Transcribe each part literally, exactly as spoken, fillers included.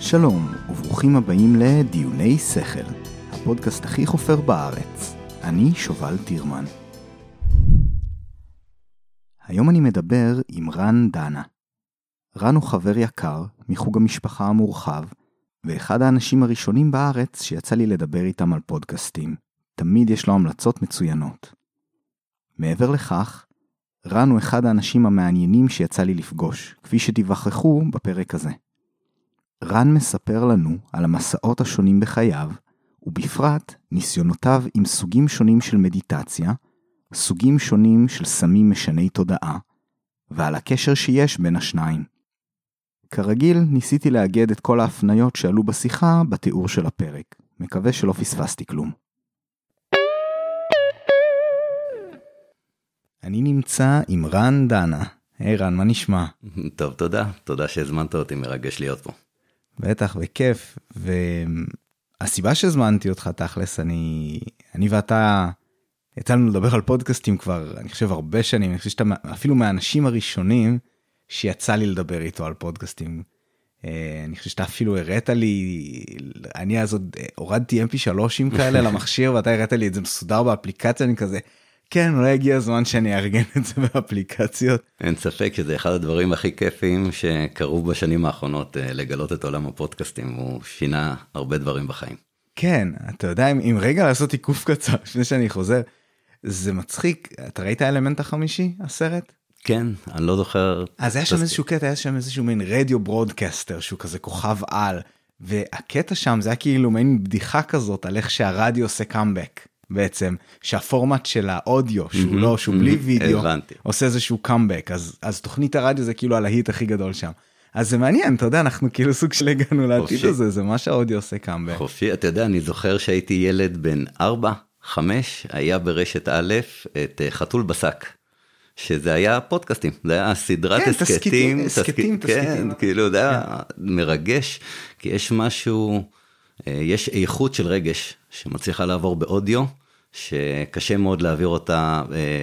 שלום וברוכים הבאים לדיוני שכל, הפודקאסט הכי חופר בארץ. אני שובל תירמן. היום אני מדבר עם רן דנה. רן הוא חבר יקר מחוג המשפחה המורחב, ואחד האנשים הראשונים בארץ שיצא לי לדבר איתם על פודקאסטים. תמיד יש לו המלצות מצוינות. מעבר לכך, רן הוא אחד האנשים המעניינים שיצא לי לפגוש, כפי שתיווכחו בפרק הזה. רן מספר לנו על המסעות השונים בחייו, ובפרט ניסיונותיו עם סוגים שונים של מדיטציה, סוגים שונים של סמים משני תודעה, ועל הקשר שיש בין השניים. כרגיל ניסיתי לאגד את כל ההפניות שעלו בשיחה בתיאור של הפרק. מקווה שלא פספסתי כלום. אני נמצא עם רן דנה. היי רן, מה נשמע? טוב, תודה. תודה שהזמנת אותי, מרגש להיות פה. בטח, בכיף. והסיבה שהזמנתי אותך תכלס, אני, אני ואתה יצא לנו לדבר על פודקאסטים כבר, אני חושב הרבה שנים, אני חושב שאתה אפילו מהאנשים הראשונים שיצא לי לדבר איתו על פודקאסטים. אני חושב שאתה אפילו הראת לי, אני אז עוד הורדתי אם פי שלוש כאלה למכשיר, ואתה הראת לי את זה מסודר באפליקציה, אני כזה, כן, אולי הגיע הזמן שאני אארגן את זה באפליקציות. אין ספק שזה אחד הדברים הכי כיפים שקרו בשנים האחרונות, לגלות את עולם הפודקאסטים, הוא שינה הרבה דברים בחיים. כן, אתה יודע, אם, אם רגע לעשות עיקוף קצר, לפני שאני חוזר, זה מצחיק, אתה ראית האלמנט החמישי, הסרט? כן, אני לא זוכר. אז היה שם איזשהו קטע, היה שם איזשהו מין רדיו ברודקסטר, שהוא כזה כוכב על, והקטע שם זה היה כאילו מין בדיחה כזאת, על איך שהרדיו עושה קאמבק. בעצם, שהפורמט של האודיו, שהוא לא, שהוא בלי וידאו, עושה איזשהו קאמבק, אז, אז תוכנית הרדיו זה כאילו הלהיט הכי גדול שם. אז זה מעניין, אתה יודע, אנחנו כאילו סוג של הגענו לעתיד הזה, זה מה שהאודיו עושה קאמבק. חופשי, אתה יודע, אני זוכר שהייתי ילד בן ארבע, חמש, היה ברשת א' את חתול בשק, שזה היה פודקאסטים, זה היה סדרת הסקטים, הסקטים, כן, כאילו, זה היה מרגש, כי יש משהו, יש איכות של רגש, שמצליחה לעבור באודיו, שקשה מאוד להעביר אותה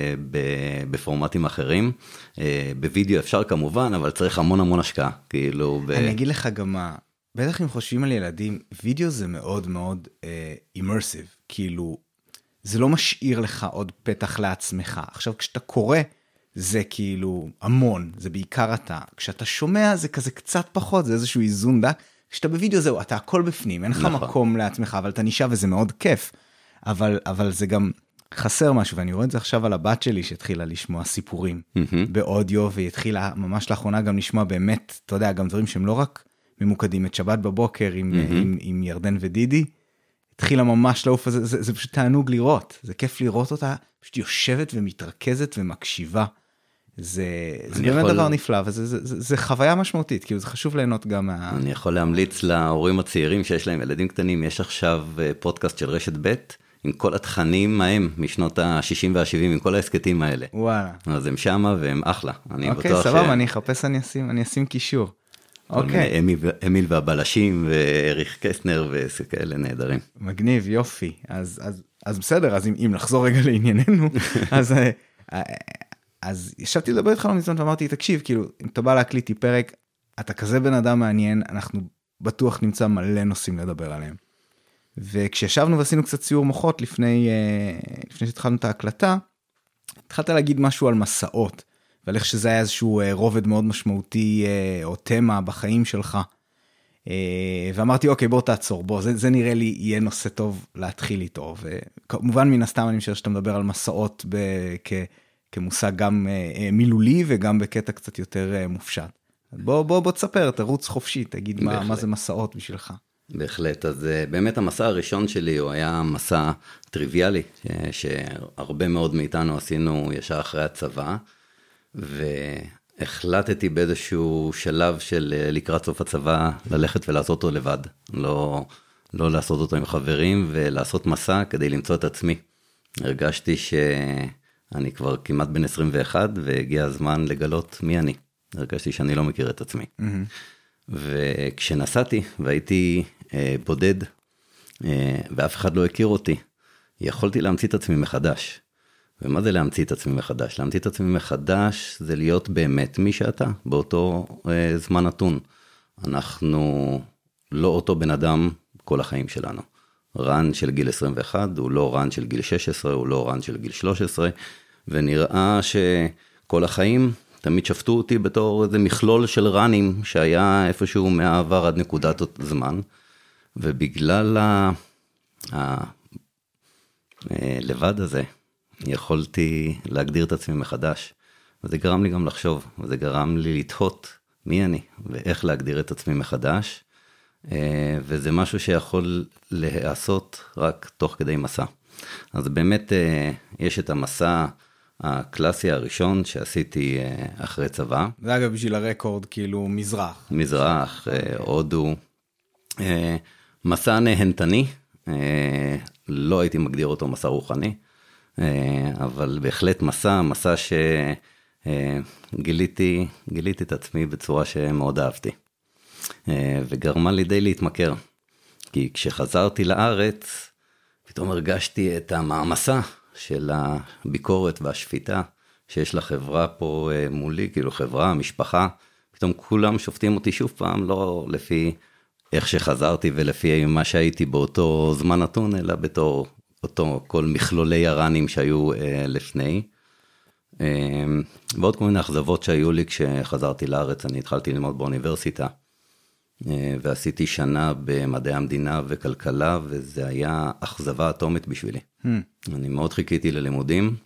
בפורמטים אחרים. בווידאו אפשר כמובן, אבל צריך המון המון השקעה. כאילו ב... אני אגיד לך גם מה, בטח אם חושבים על ילדים, וידאו זה מאוד מאוד אימרסיב, כאילו, זה לא משאיר לך עוד פתח לעצמך. עכשיו, כשאתה קורא, זה כאילו המון, זה בעיקר אתה. כשאתה שומע, זה כזה קצת פחות, זה איזשהו איזון דק. כשאתה בווידאו זהו, אתה הכל בפנים, אין לך נכון. מקום לעצמך, אבל אתה נשאר וזה מאוד כיף. אבל, אבל זה גם חסר משהו, ואני רואה את זה עכשיו על הבת שלי, שהתחילה לשמוע סיפורים mm-hmm. באודיו, והיא התחילה ממש לאחרונה גם לשמוע באמת, אתה יודע, גם דברים שהם לא רק ממוקדים, את שבת בבוקר עם, mm-hmm. עם, עם ירדן ודידי, התחילה ממש לעוף, זה, זה, זה פשוט תענוג לראות, זה כיף לראות אותה, פשוט יושבת ומתרכזת ומקשיבה, זה, זה באמת יכול... דבר נפלא, וזה זה, זה, זה חוויה משמעותית, כאילו זה חשוב ליהנות גם מה... אני יכול להמליץ להורים הצעירים שיש להם ילדים קטנים, יש עכשיו פודקאסט של רשת ב' עם כל התכנים מהם משנות ה-שישים וה-שבעים, עם כל העסקתים האלה. וואלה. אז הם שמה והם אחלה. אוקיי, סבבה, ש... אני אחפש, אני אשים, אני אשים קישור. אוקיי. אמיל, אמיל והבלשים ואריך קסטנר וכאלה נהדרים. מגניב, יופי. אז, אז, אז בסדר, אז אם, אם נחזור רגע לענייננו, אז... אז ישבתי לדבר איתך לא מזמן ואמרתי, תקשיב, כאילו, אם אתה בא להקליט פרק, אתה כזה בן אדם מעניין, אנחנו בטוח נמצא מלא נושאים לדבר עליהם. וכשישבנו ועשינו קצת ציור מוחות לפני, לפני שהתחלנו את ההקלטה, התחלת להגיד משהו על מסעות, ועל איך שזה היה איזשהו רובד מאוד משמעותי, או תמה בחיים שלך. ואמרתי, אוקיי, בוא תעצור, בוא, זה, זה נראה לי יהיה נושא טוב להתחיל איתו. וכמובן מן הסתם אני חושב שאתה מדבר על מסעות כ... כמושג גם אה, מילולי וגם בקטע קצת יותר אה, מופשט. בוא, בוא, בוא תספר, תרוץ חופשי, תגיד מה, מה זה מסעות בשבילך. בהחלט, אז באמת המסע הראשון שלי הוא היה מסע טריוויאלי, שהרבה מאוד מאיתנו עשינו ישר אחרי הצבא, והחלטתי באיזשהו שלב של לקראת סוף הצבא ללכת ולעשות אותו לבד, לא, לא לעשות אותו עם חברים ולעשות מסע כדי למצוא את עצמי. הרגשתי ש... אני כבר כמעט בן עשרים ואחת, והגיע הזמן לגלות מי אני. הרגשתי שאני לא מכיר את עצמי. Mm-hmm. וכשנסעתי, והייתי אה, בודד, אה, ואף אחד לא הכיר אותי, יכולתי להמציא את עצמי מחדש. ומה זה להמציא את עצמי מחדש? להמציא את עצמי מחדש זה להיות באמת מי שאתה, באותו אה, זמן נתון. אנחנו לא אותו בן אדם כל החיים שלנו. רן של גיל עשרים ואחת, הוא לא רן של גיל שש עשרה, הוא לא רן של גיל שלוש עשרה, ונראה שכל החיים תמיד שפטו אותי בתור איזה מכלול של רנים, שהיה איפשהו מהעבר עד נקודת זמן, ובגלל ה... ה... לבד הזה, יכולתי להגדיר את עצמי מחדש, וזה גרם לי גם לחשוב, וזה גרם לי לתהות מי אני, ואיך להגדיר את עצמי מחדש, וזה משהו שיכול להיעשות רק תוך כדי מסע. אז באמת יש את המסע הקלאסי הראשון שעשיתי אחרי צבא. זה אגב בשביל הרקורד, כאילו מזרח. מזרח, הודו. מסע נהנתני, לא הייתי מגדיר אותו מסע רוחני, אבל בהחלט מסע, מסע שגיליתי, גיליתי את עצמי בצורה שמאוד אהבתי. וגרמה לי די להתמכר, כי כשחזרתי לארץ, פתאום הרגשתי את המעמסה של הביקורת והשפיטה, שיש לחברה פה מולי, כאילו חברה, משפחה, פתאום כולם שופטים אותי שוב פעם, לא לפי איך שחזרתי ולפי מה שהייתי באותו זמן נתון, אלא בתור אותו כל מכלולי הרנים שהיו לפני. ועוד כל מיני אכזבות שהיו לי כשחזרתי לארץ, אני התחלתי ללמוד באוניברסיטה, ועשיתי שנה במדעי המדינה וכלכלה, וזה היה אכזבה אטומית בשבילי. Hmm. אני מאוד חיכיתי ללימודים,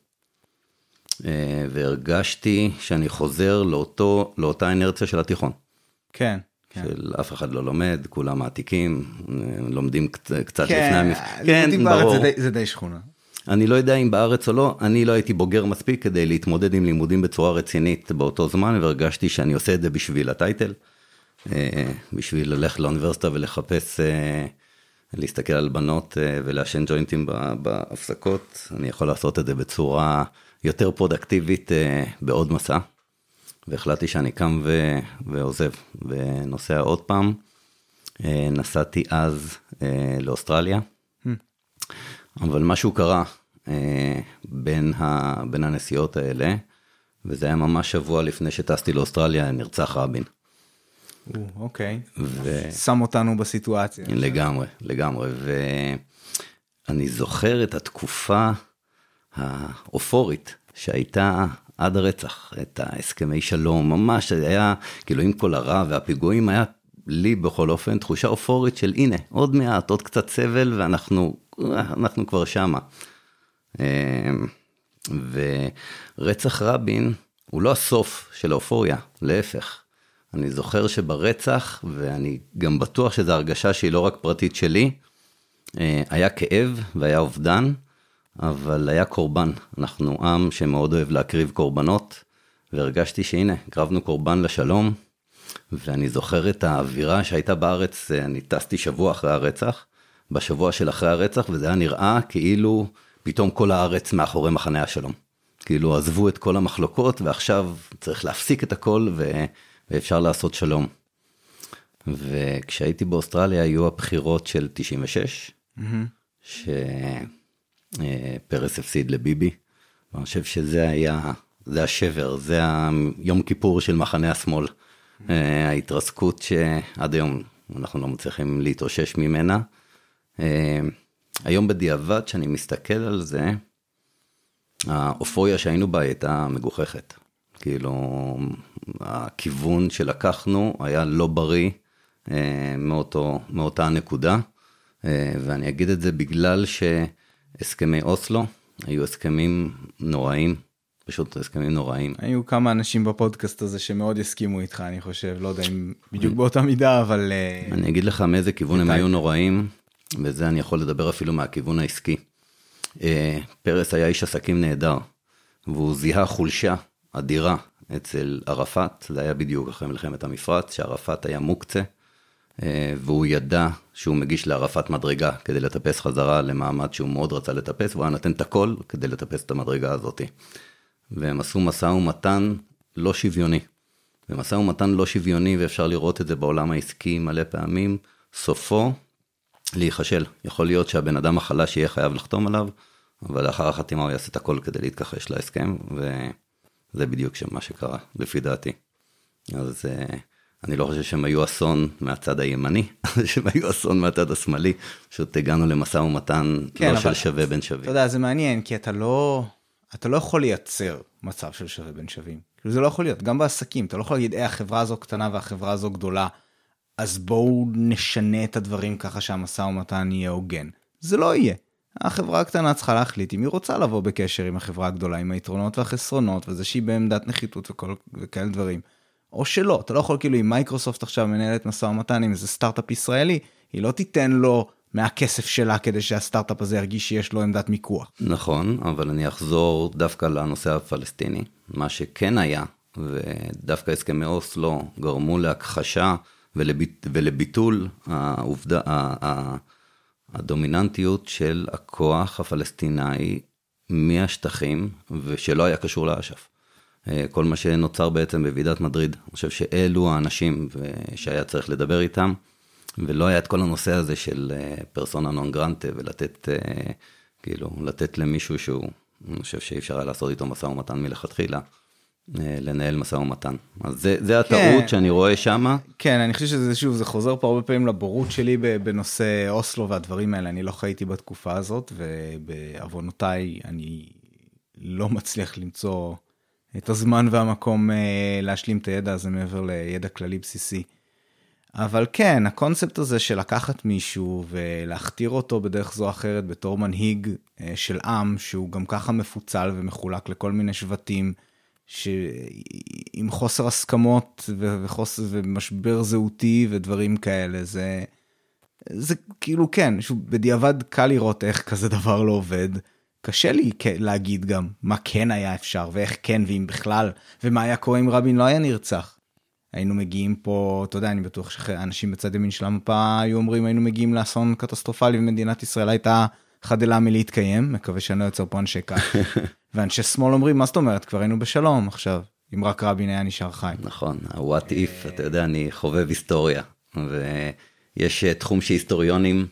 והרגשתי שאני חוזר לאותו, לאותה אנרציה של התיכון. כן. כן. של אף אחד לא לומד, כולם מעתיקים, לומדים קצת כן, לפני המפ... כן, ברור. זה די, זה די שכונה. אני לא יודע אם בארץ או לא, אני לא הייתי בוגר מספיק כדי להתמודד עם לימודים בצורה רצינית באותו זמן, והרגשתי שאני עושה את זה בשביל הטייטל, בשביל ללכת לאוניברסיטה ולחפש, להסתכל על בנות ולעשן ג'וינטים בהפסקות. אני יכול לעשות את זה בצורה יותר פרודקטיבית בעוד מסע, והחלטתי שאני קם ו... ועוזב ונוסע עוד פעם. נסעתי אז לאוסטרליה, hmm. אבל משהו קרה בין, ה... בין הנסיעות האלה, וזה היה ממש שבוע לפני שטסתי לאוסטרליה, נרצח רבין. אוקיי, ו... שם אותנו בסיטואציה. לגמרי, לגמרי, ואני זוכר את התקופה האופורית שהייתה עד הרצח, את ההסכמי שלום, ממש היה, כאילו עם כל הרע והפיגועים, היה לי בכל אופן תחושה אופורית של הנה, עוד מעט, עוד קצת סבל, ואנחנו אנחנו כבר שמה. ורצח רבין הוא לא הסוף של האופוריה, להפך. אני זוכר שברצח, ואני גם בטוח שזו הרגשה שהיא לא רק פרטית שלי, היה כאב והיה אובדן, אבל היה קורבן. אנחנו עם שמאוד אוהב להקריב קורבנות, והרגשתי שהנה, קרבנו קורבן לשלום, ואני זוכר את האווירה שהייתה בארץ, אני טסתי שבוע אחרי הרצח, בשבוע של אחרי הרצח, וזה היה נראה כאילו פתאום כל הארץ מאחורי מחנה השלום. כאילו עזבו את כל המחלוקות, ועכשיו צריך להפסיק את הכל, ו... ואפשר לעשות שלום. וכשהייתי באוסטרליה, היו הבחירות של תשעים ושש, mm-hmm. שפרס הפסיד לביבי, ואני חושב שזה היה, זה השבר, זה היום כיפור של מחנה השמאל, mm-hmm. ההתרסקות שעד היום אנחנו לא מצליחים להתאושש ממנה. היום בדיעבד, שאני מסתכל על זה, האופוריה שהיינו בה הייתה מגוחכת. כאילו, הכיוון שלקחנו היה לא בריא מאותו, מאותה נקודה, ואני אגיד את זה בגלל שהסכמי אוסלו היו הסכמים נוראים, פשוט הסכמים נוראים. היו כמה אנשים בפודקאסט הזה שמאוד הסכימו איתך, אני חושב, לא יודע אם בדיוק באותה מידה, אבל... אני אגיד לך מאיזה כיוון הם היו נוראים, וזה אני יכול לדבר אפילו מהכיוון העסקי. פרס היה איש עסקים נהדר, והוא זיהה חולשה אדירה אצל ערפאת, זה היה בדיוק אחרי מלחמת המפרץ, שערפאת היה מוקצה, והוא ידע שהוא מגיש לערפאת מדרגה כדי לטפס חזרה למעמד שהוא מאוד רצה לטפס, והוא היה נותן את הכל כדי לטפס את המדרגה הזאת. והם עשו מסע ומתן לא שוויוני. ומסע ומתן לא שוויוני, ואפשר לראות את זה בעולם העסקי מלא פעמים, סופו להיחשל. יכול להיות שהבן אדם החלש יהיה חייב לחתום עליו, אבל לאחר החתימה הוא יעשה את הכל כדי להתכחש להסכם, וזה בדיוק מה שקרה, לפי דעתי. אז אני לא חושב שהם היו אסון מהצד הימני, שהם היו אסון מהצד השמאלי, פשוט הגענו למשא ומתן כן, לא אבל, של שווה בין שווים. אתה יודע, זה מעניין, כי אתה לא, אתה לא יכול לייצר מצב של שווה בין שווים. כאילו זה לא יכול להיות, גם בעסקים, אתה לא יכול להגיד, אה, החברה הזו קטנה והחברה הזו גדולה, אז בואו נשנה את הדברים ככה שהמשא ומתן יהיה הוגן. זה לא יהיה. החברה הקטנה צריכה להחליט אם היא רוצה לבוא בקשר עם החברה הגדולה, עם היתרונות והחסרונות, וזה שהיא בעמדת נחיתות וכל, וכאלה דברים. או שלא, אתה לא יכול כאילו, אם מייקרוסופט עכשיו מנהלת משא ומתן עם איזה סטארט-אפ ישראלי, היא לא תיתן לו מהכסף שלה כדי שהסטארט-אפ הזה ירגיש שיש לו עמדת מיקוח. נכון, אבל אני אחזור דווקא לנושא הפלסטיני. מה שכן היה, ודווקא הסכמי אוסלו גרמו להכחשה ולביט, ולביטול העובדה, הדומיננטיות של הכוח הפלסטיני מהשטחים, ושלא היה קשור לאש"ף. כל מה שנוצר בעצם בוועידת מדריד, אני חושב שאלו האנשים שהיה צריך לדבר איתם, ולא היה את כל הנושא הזה של פרסונה נון גרנטה, ולתת, כאילו, לתת למישהו שהוא, אני חושב שאי אפשר היה לעשות איתו משא ומתן מלכתחילה, לנהל משא ומתן. אז זה, זה הטעות כן, שאני רואה שמה. כן, אני חושב שזה שוב, זה חוזר פה הרבה פעמים לבורות שלי בנושא אוסלו והדברים האלה, אני לא חייתי בתקופה הזאת, ובעוונותיי אני לא מצליח למצוא את הזמן והמקום להשלים את הידע הזה מעבר לידע כללי בסיסי. אבל כן, הקונספט הזה של לקחת מישהו ולהכתיר אותו בדרך זו או אחרת בתור מנהיג של עם, שהוא גם ככה מפוצל ומחולק לכל מיני שבטים, שעם חוסר הסכמות וחוסר ומשבר זהותי ודברים כאלה, זה, זה כאילו כן, שוב, בדיעבד קל לראות איך כזה דבר לא עובד, קשה לי להגיד גם מה כן היה אפשר, ואיך כן, ואם בכלל, ומה היה קורה אם רבין לא היה נרצח. היינו מגיעים פה, אתה יודע, אני בטוח שאנשים בצד ימין של המפה היו אומרים, היינו מגיעים לאסון קטסטרופלי, ומדינת ישראל הייתה חדלה מלהתקיים, מקווה שאני לא יוצר פה אנשי כך. ואנשי שמאל אומרים, מה זאת אומרת? כבר היינו בשלום עכשיו, אם רק רבין היה נשאר חי. נכון, what if, אתה יודע, אני חובב היסטוריה, ויש תחום שהיסטוריונים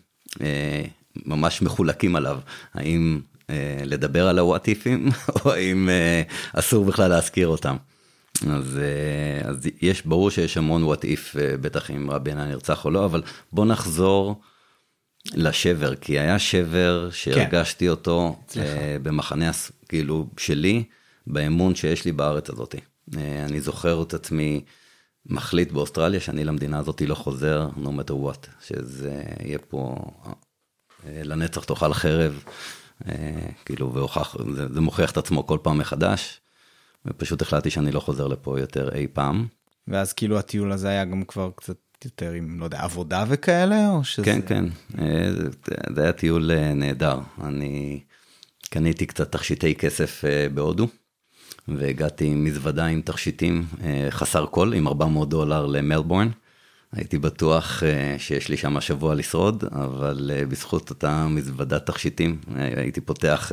ממש מחולקים עליו, האם לדבר על ה-what if'ים, או האם אסור בכלל להזכיר אותם. אז, אז יש, ברור שיש המון what if, בטח אם רבין הנרצח או לא, אבל בוא נחזור לשבר, כי היה שבר שהרגשתי כן. אותו uh, במחנה כאילו שלי, באמון שיש לי בארץ הזאת. Uh, אני זוכר את עצמי מחליט באוסטרליה, שאני למדינה הזאת לא חוזר, no matter what, שזה יהיה פה uh, לנצח תאכל חרב, uh, כאילו, והוכח, זה, זה מוכיח את עצמו כל פעם מחדש, ופשוט החלטתי שאני לא חוזר לפה יותר אי פעם. ואז כאילו הטיול הזה היה גם כבר קצת יותר עם, לא יודע, עבודה וכאלה, או שזה... כן, כן. זה היה טיול נהדר. אני קניתי קצת תכשיטי כסף בהודו, והגעתי עם מזוודה עם תכשיטים חסר כל, עם ארבע מאות דולר למלבורן. הייתי בטוח שיש לי שם שבוע לשרוד, אבל בזכות אותה מזוודת תכשיטים, הייתי פותח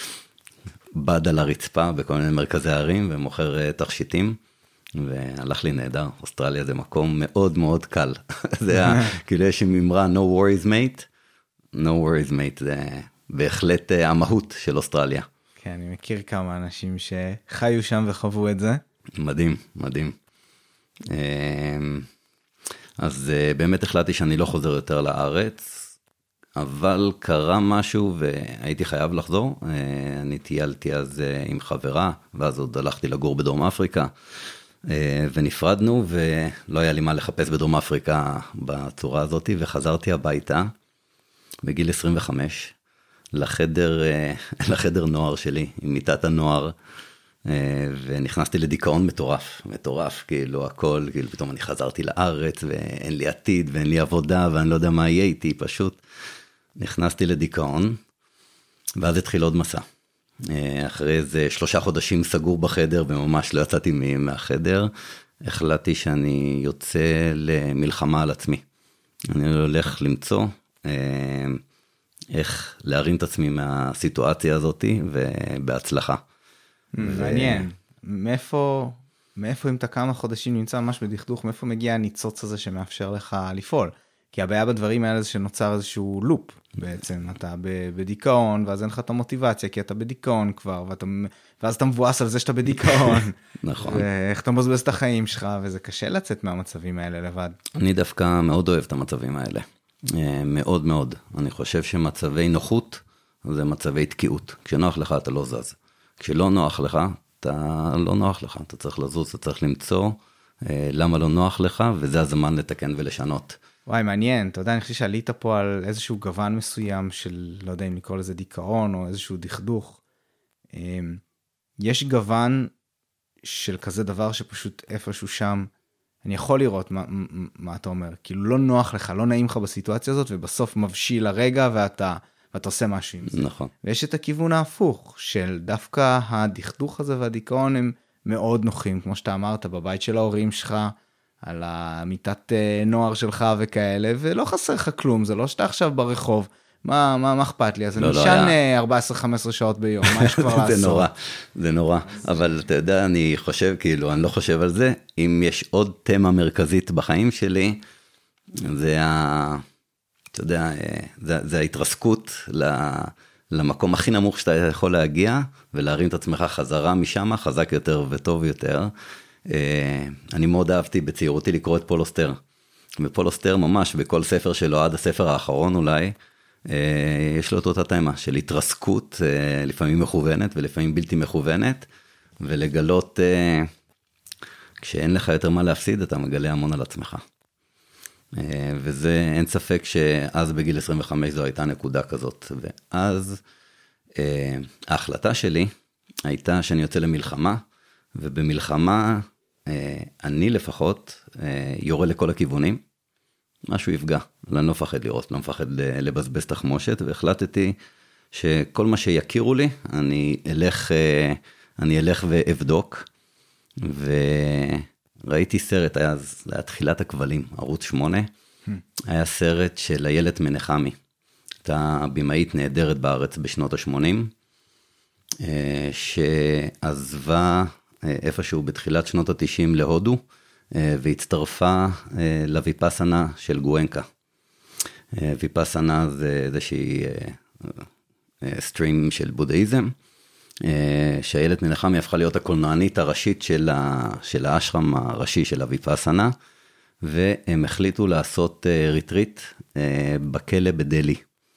בד על הרצפה בכל מיני מרכזי הערים, ומוכר תכשיטים. והלך לי נהדר, אוסטרליה זה מקום מאוד מאוד קל, זה היה, כאילו יש ממרה no worries mate, no worries mate, זה בהחלט המהות של אוסטרליה. כן, אני מכיר כמה אנשים שחיו שם וחוו את זה. מדהים, מדהים. אז באמת החלטתי שאני לא חוזר יותר לארץ, אבל קרה משהו והייתי חייב לחזור, אני טיילתי אז עם חברה, ואז עוד הלכתי לגור בדרום אפריקה, ונפרדנו, ולא היה לי מה לחפש בדרום אפריקה בצורה הזאת, וחזרתי הביתה בגיל עשרים וחמש, לחדר, לחדר נוער שלי, עם מיטת הנוער, ונכנסתי לדיכאון מטורף, מטורף, כאילו הכל, כאילו פתאום אני חזרתי לארץ, ואין לי עתיד, ואין לי עבודה, ואני לא יודע מה יהיה איתי, פשוט נכנסתי לדיכאון, ואז התחיל עוד מסע. אחרי איזה שלושה חודשים סגור בחדר, וממש לא יצאתי מהחדר, החלטתי שאני יוצא למלחמה על עצמי. אני הולך למצוא איך להרים את עצמי מהסיטואציה הזאת, ובהצלחה. מעניין. מאיפה, מאיפה אם אתה כמה חודשים נמצא ממש בדכדוך, מאיפה מגיע הניצוץ הזה שמאפשר לך לפעול? כי הבעיה בדברים האלה זה שנוצר איזשהו לופ בעצם, אתה בדיכאון, ואז אין לך את המוטיבציה, כי אתה בדיכאון כבר, ואתה, ואז אתה מבואס על זה שאתה בדיכאון. נכון. ואיך אתה מבזבז את החיים שלך, וזה קשה לצאת מהמצבים האלה לבד. אני דווקא מאוד אוהב את המצבים האלה. מאוד מאוד. אני חושב שמצבי נוחות, זה מצבי תקיעות. כשנוח לך אתה לא זז. כשלא נוח לך, אתה לא נוח לך. אתה צריך לזוז, אתה צריך למצוא למה לא נוח לך, וזה הזמן לתקן ולשנות. וואי, מעניין. אתה יודע, אני חושב שעלית פה על איזשהו גוון מסוים של, לא יודע אם לקרוא לזה דיכאון, או איזשהו דכדוך. יש גוון של כזה דבר שפשוט איפשהו שם, אני יכול לראות מה, מה אתה אומר. כאילו לא נוח לך, לא נעים לך בסיטואציה הזאת, ובסוף מבשיל הרגע ואתה, ואתה עושה משהו עם זה. נכון. ויש את הכיוון ההפוך, של דווקא הדכדוך הזה והדיכאון הם מאוד נוחים, כמו שאתה אמרת, בבית של ההורים שלך, על המיטת נוער שלך וכאלה, ולא חסר לך כלום, זה לא שאתה עכשיו ברחוב, מה, מה, מה אכפת לי? אז אני נשען ארבע עשרה חמש עשרה שעות ביום, מה יש כבר לעשות? זה נורא, זה נורא, אבל אתה יודע, אני חושב, כאילו, אני לא חושב על זה, אם יש עוד תמה מרכזית בחיים שלי, זה ה... אתה יודע, זה, זה ההתרסקות למקום הכי נמוך שאתה יכול להגיע, ולהרים את עצמך חזרה משם, חזק יותר וטוב יותר. אני מאוד אהבתי בצעירותי לקרוא את פול אוסטר, ופול אוסטר ממש בכל ספר שלו, עד הספר האחרון אולי, יש לו אותה תמה של התרסקות, לפעמים מכוונת ולפעמים בלתי מכוונת, ולגלות, כשאין לך יותר מה להפסיד, אתה מגלה המון על עצמך. וזה, אין ספק שאז בגיל עשרים וחמש זו הייתה נקודה כזאת, ואז ההחלטה שלי הייתה שאני יוצא למלחמה, ובמלחמה אני לפחות יורה לכל הכיוונים, משהו יפגע, אני לא מפחד לראות, לא מפחד לבזבז תחמושת, והחלטתי שכל מה שיכירו לי, אני אלך, אני אלך ואבדוק, וראיתי סרט, היה, היה תחילת הכבלים, ערוץ שמונה, היה סרט של איילת מנחמי, הייתה בימאית נהדרת בארץ בשנות ה-שמונים, שעזבה איפשהו בתחילת שנות ה-תשעים להודו, והצטרפה לויפאסנה של גואנקה. ויפאסנה זה איזושהי סטרים של בודהיזם, שאיילת מנחמי הפכה להיות הקולנוענית הראשית של, ה, של האשרם הראשי של הויפאסנה, והם החליטו לעשות ריטריט בכלא בדלי.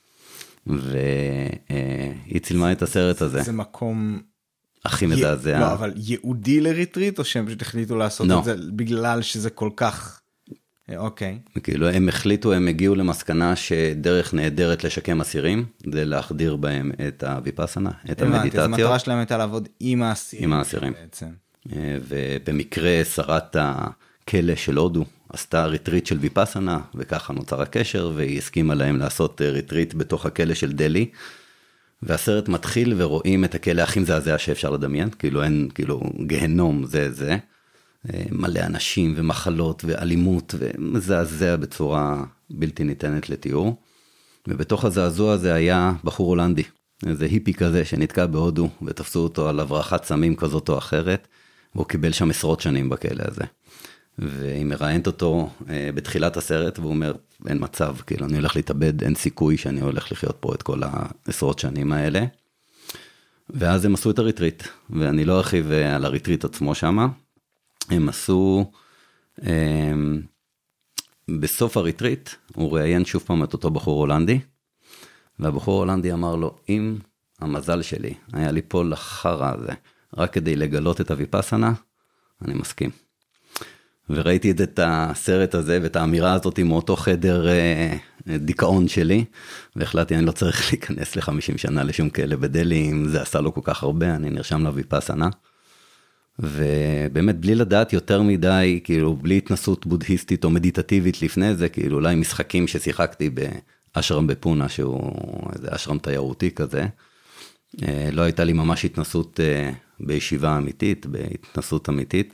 והיא צילמה את הסרט הזה. זה מקום... הכי מזעזע. לא, אבל ייעודי לריטריט, או שהם פשוט החליטו לעשות את זה בגלל שזה כל כך... אוקיי. כאילו, הם החליטו, הם הגיעו למסקנה שדרך נהדרת לשקם אסירים, זה להחדיר בהם את הויפאסנה, את המדיטציות. אז המטרה שלהם הייתה לעבוד עם האסירים. עם האסירים. בעצם. ובמקרה שרת הכלא של הודו, עשתה ריטריט של ויפאסנה, וככה נוצר הקשר, והיא הסכימה להם לעשות ריטריט בתוך הכלא של דלי, והסרט מתחיל ורואים את הכלא הכי מזעזע שאפשר לדמיין, כאילו אין, כאילו גהנום זה זה, מלא אנשים ומחלות ואלימות ומזעזע בצורה בלתי ניתנת לתיאור, ובתוך הזעזוע הזה היה בחור הולנדי, איזה היפי כזה שנתקע בהודו, ותפסו אותו על הברחת סמים כזאת או אחרת, והוא קיבל שם עשרות שנים בכלא הזה. והיא מראיינת אותו בתחילת הסרט, והוא אומר, אין מצב, כאילו אני הולך להתאבד, אין סיכוי שאני הולך לחיות פה את כל העשרות שנים האלה. ואז הם עשו את הריטריט, ואני לא ארחיב על הריטריט עצמו שמה. הם עשו, הם, בסוף הריטריט, הוא ראיין שוב פעם את אותו בחור הולנדי, והבחור הולנדי אמר לו, אם המזל שלי היה ליפול לחרא הזה, רק כדי לגלות את הויפאסנה, אני מסכים. וראיתי את הסרט הזה ואת האמירה הזאת מאותו חדר דיכאון שלי, והחלטתי אני לא צריך להיכנס ל-חמישים שנה לשום כאלה בדלי, אם זה עשה לו כל כך הרבה, אני נרשם לויפאסנה. ובאמת בלי לדעת יותר מדי, כאילו בלי התנסות בודהיסטית או מדיטטיבית לפני זה, כאילו אולי משחקים ששיחקתי באשרם בפונה, שהוא איזה אשרם תיירותי כזה, לא הייתה לי ממש התנסות בישיבה אמיתית, בהתנסות אמיתית,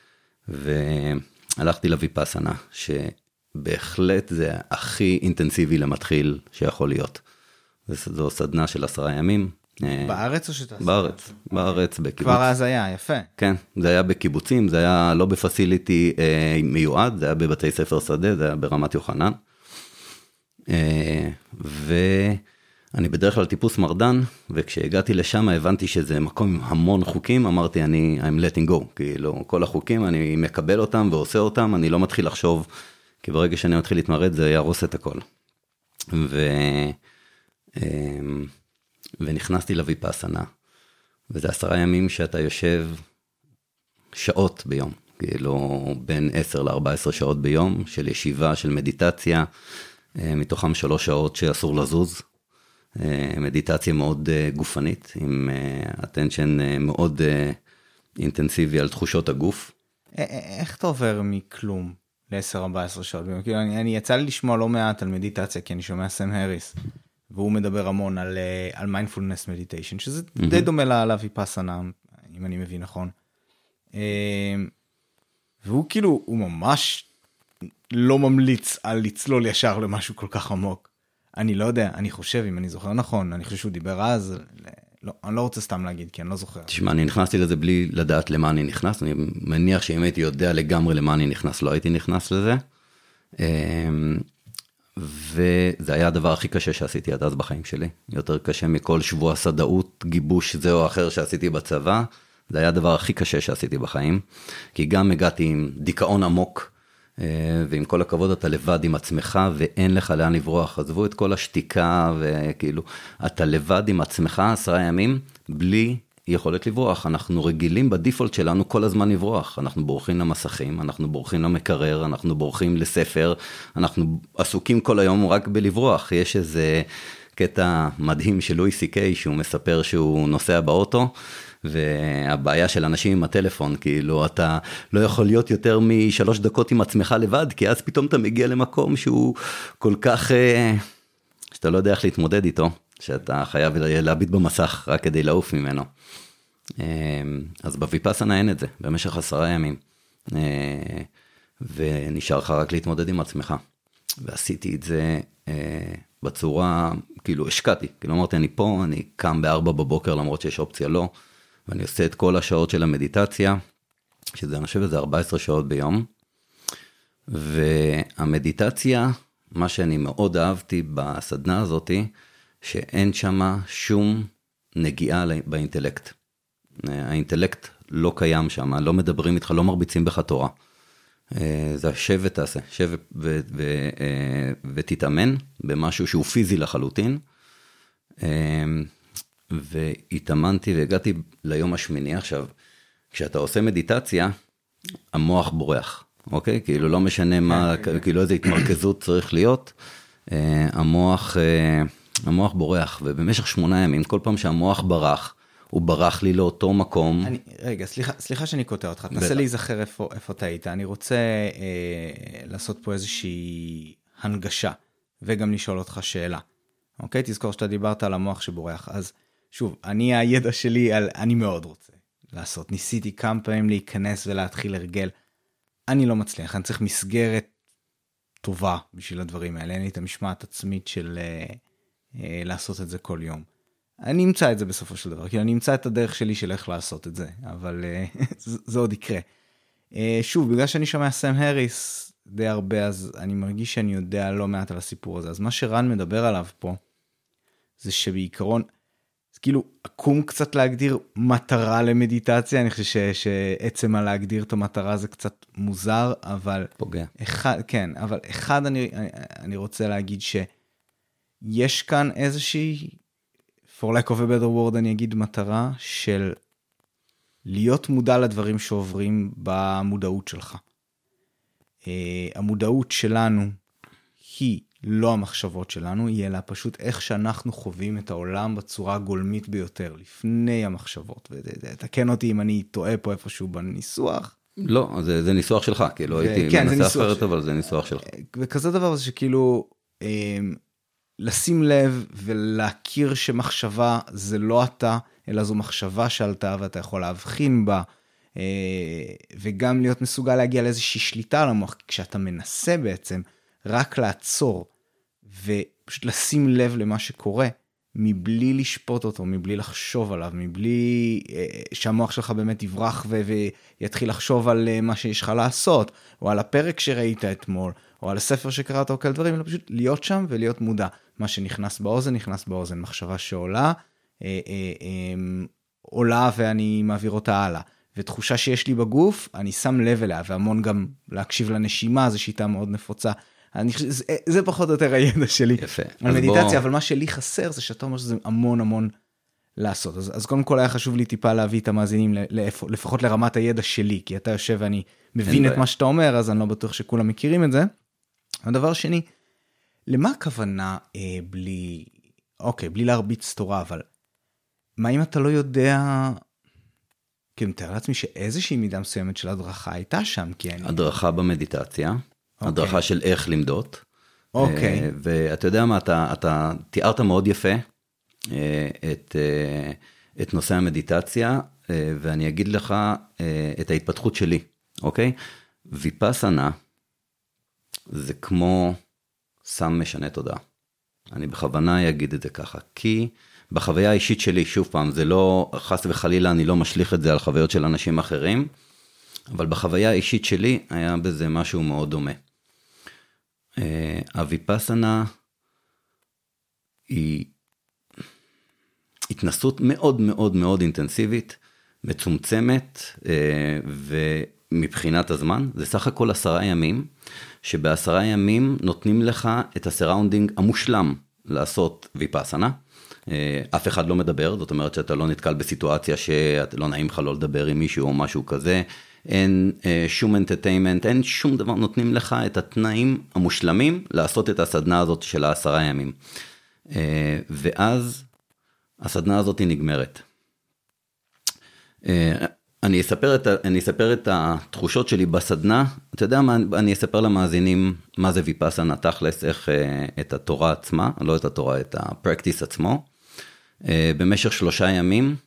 והלכתי לויפאסנה, שבהחלט זה הכי אינטנסיבי למתחיל שיכול להיות. זו סדנה של עשרה ימים. בארץ או שאתה... בארץ, בארץ, בקיבוץ. כבר אז היה, יפה. כן, זה היה בקיבוצים, זה היה לא בפסיליטי מיועד, זה היה בבתי ספר שדה, זה היה ברמת יוחנן. ואני בדרך כלל טיפוס מרדן, וכשהגעתי לשם הבנתי שזה מקום עם המון חוקים, אמרתי אני I'm letting go, כאילו כל החוקים אני מקבל אותם ועושה אותם, אני לא מתחיל לחשוב, כי ברגע שאני מתחיל להתמרד זה ירוס את הכל. ו... ונכנסתי לויפאסנה, וזה עשרה ימים שאתה יושב שעות ביום, כאילו בין עשר לארבע עשרה שעות ביום, של ישיבה, של מדיטציה, מתוכם שלוש שעות שאסור לזוז, מדיטציה מאוד גופנית, עם attention מאוד אינטנסיבי על תחושות הגוף. איך אתה עובר מכלום ל-עשר ארבע עשרה שעות ביום? כאילו, אני, אני יצא לי לשמוע לא מעט על מדיטציה, כי אני שומע סם הריס, והוא מדבר המון על, על mindfulness meditation, שזה mm-hmm. די דומה לויפאסנה, אם אני מבין נכון. והוא כאילו, הוא ממש לא ממליץ על לצלול ישר למשהו כל כך עמוק. אני לא יודע, אני חושב, אם אני זוכר נכון, אני חושב שהוא דיבר אז, לא, אני לא רוצה סתם להגיד, כי אני לא זוכר. תשמע, אני נכנסתי לזה בלי לדעת למה אני נכנס, אני מניח שאם הייתי יודע לגמרי למה אני נכנס, לא הייתי נכנס לזה. וזה היה הדבר הכי קשה שעשיתי עד אז בחיים שלי. יותר קשה מכל שבוע סדאות, גיבוש זה או אחר שעשיתי בצבא. זה היה הדבר הכי קשה שעשיתי בחיים. כי גם הגעתי עם דיכאון עמוק, ועם כל הכבוד אתה לבד עם עצמך, ואין לך לאן לברוח. עזבו את כל השתיקה, וכאילו, אתה לבד עם עצמך עשרה ימים, בלי יכולת לברוח. אנחנו רגילים בדיפולט שלנו כל הזמן לברוח. אנחנו בורחים למסכים, אנחנו בורחים למקרר, אנחנו בורחים לספר, אנחנו עסוקים כל היום רק בלברוח. יש איזה קטע מדהים של לואי סי קיי, שהוא מספר שהוא נוסע באוטו, והבעיה של אנשים עם הטלפון, כאילו אתה לא יכול להיות יותר משלוש דקות עם עצמך לבד, כי אז פתאום אתה מגיע למקום שהוא כל כך, שאתה לא יודע איך להתמודד איתו, שאתה חייב להביט במסך רק כדי לעוף ממנו. אז בויפאסנה אין את זה, במשך עשרה ימים, ונשאר לך רק להתמודד עם עצמך. ועשיתי את זה בצורה, כאילו השקעתי, כאילו אמרתי אני פה, אני קם בארבע בבוקר למרות שיש אופציה לא, ואני עושה את כל השעות של המדיטציה, שזה אני חושב שזה ארבע עשרה שעות ביום, והמדיטציה, מה שאני מאוד אהבתי בסדנה הזאת, שאין שמה שום נגיעה באינטלקט. האינטלקט לא קיים שם, לא מדברים איתך, לא מרביצים בך תורה. זה שב ותעשה, שב ו- ו- ותתאמן במשהו שהוא פיזי לחלוטין. והתאמנתי והגעתי ליום השמיני. עכשיו, כשאתה עושה מדיטציה, המוח בורח, אוקיי? כאילו לא משנה מה, כאילו איזה התמרכזות צריך להיות, המוח, המוח בורח, ובמשך שמונה ימים, כל פעם שהמוח ברח, הוא ברח לי לאותו מקום. אני, רגע, סליחה, סליחה שאני קוטע אותך, תנסה להיזכר איפה, איפה אתה היית. אני רוצה אה, לעשות פה איזושהי הנגשה, וגם לשאול אותך שאלה. אוקיי? תזכור שאתה דיברת על המוח שבורח. אז שוב, אני הידע שלי על, אני מאוד רוצה לעשות. ניסיתי כמה פעמים להיכנס ולהתחיל הרגל. אני לא מצליח, אני צריך מסגרת טובה בשביל הדברים האלה. אין לי את המשמעת עצמית של אה, אה, לעשות את זה כל יום. אני אמצא את זה בסופו של דבר, כי אני אמצא את הדרך שלי של איך לעשות את זה, אבל uh, זה, זה עוד יקרה. Uh, שוב, בגלל שאני שומע סם הריס די הרבה, אז אני מרגיש שאני יודע לא מעט על הסיפור הזה. אז מה שרן מדבר עליו פה, זה שבעיקרון, זה כאילו, עקום קצת להגדיר מטרה למדיטציה, אני חושב ש, שעצם על להגדיר את המטרה זה קצת מוזר, אבל... פוגע. אחד, כן, אבל אחד אני, אני, אני רוצה להגיד שיש כאן איזושהי... for lack of a better word, אני אגיד מטרה של להיות מודע לדברים שעוברים במודעות שלך. Uh, המודעות שלנו היא לא המחשבות שלנו, היא אלא פשוט איך שאנחנו חווים את העולם בצורה הגולמית ביותר, לפני המחשבות. ותקן אותי אם אני טועה פה איפשהו בניסוח. לא, זה, זה ניסוח שלך, כי לא הייתי כן, מנסה אחרת, ש... אבל זה ניסוח שלך. וכזה דבר זה שכאילו... Uh, לשים לב ולהכיר שמחשבה זה לא אתה, אלא זו מחשבה שעלתה ואתה יכול להבחין בה, וגם להיות מסוגל להגיע לאיזושהי שליטה על המוח, כשאתה מנסה בעצם רק לעצור, ופשוט לשים לב למה שקורה, מבלי לשפוט אותו, מבלי לחשוב עליו, מבלי שהמוח שלך באמת יברח ויתחיל לחשוב על מה שיש לך לעשות, או על הפרק שראית אתמול, או על הספר שקראת או כאלה דברים, אלא פשוט להיות שם ולהיות מודע. מה שנכנס באוזן, נכנס באוזן. מחשבה שעולה, אה, אה, אה, עולה ואני מעביר אותה הלאה. ותחושה שיש לי בגוף, אני שם לב אליה, והמון גם להקשיב לנשימה, זו שיטה מאוד נפוצה. אני, זה, זה פחות או יותר הידע שלי. יפה. על מדיטציה, בוא... אבל מה שלי חסר זה שאתה אומר שזה המון המון לעשות. אז, אז קודם כל היה חשוב לי טיפה להביא את המאזינים, לאיפה, לפחות לרמת הידע שלי, כי אתה יושב ואני מבין את בעיה. מה שאתה אומר, אז אני לא בטוח שכולם מכירים את זה. הדבר שני, למה הכוונה אה, בלי, אוקיי, בלי להרביץ תורה, אבל מה אם אתה לא יודע, כי אני מתאר לעצמי שאיזושהי מידה מסוימת של הדרכה הייתה שם, כי אני... הדרכה במדיטציה, אוקיי. הדרכה של איך למדות. אוקיי. אה, ואתה יודע מה, אתה, אתה תיארת מאוד יפה אה, את, אה, את נושא המדיטציה, אה, ואני אגיד לך אה, את ההתפתחות שלי, אוקיי? ויפאסנה, זה כמו סם משנה תודעה. אני בכוונה אגיד את זה ככה, כי בחוויה האישית שלי, שוב פעם, זה לא, חס וחלילה, אני לא משליך את זה על חוויות של אנשים אחרים, אבל בחוויה האישית שלי, היה בזה משהו מאוד דומה. הוויפאסנה היא התנסות מאוד מאוד מאוד אינטנסיבית, מצומצמת, ומבחינת הזמן, זה סך הכל עשרה ימים, שבעשרה ימים נותנים לך את הסראונדינג המושלם לעשות ויפאסנה. אף אחד לא מדבר, זאת אומרת שאתה לא נתקל בסיטואציה שלא נעים לך לא לדבר עם מישהו או משהו כזה, אין שום entertainment, אין שום דבר, נותנים לך את התנאים המושלמים לעשות את הסדנה הזאת של העשרה ימים. ואז הסדנה הזאת היא נגמרת. אני אספר את, אני אספר את התחושות שלי בסדנה, אתה יודע מה, אני אספר למאזינים מה זה ויפאסנה תכלס, איך את התורה עצמה, לא את התורה, את הפרקטיס עצמו. במשך שלושה ימים,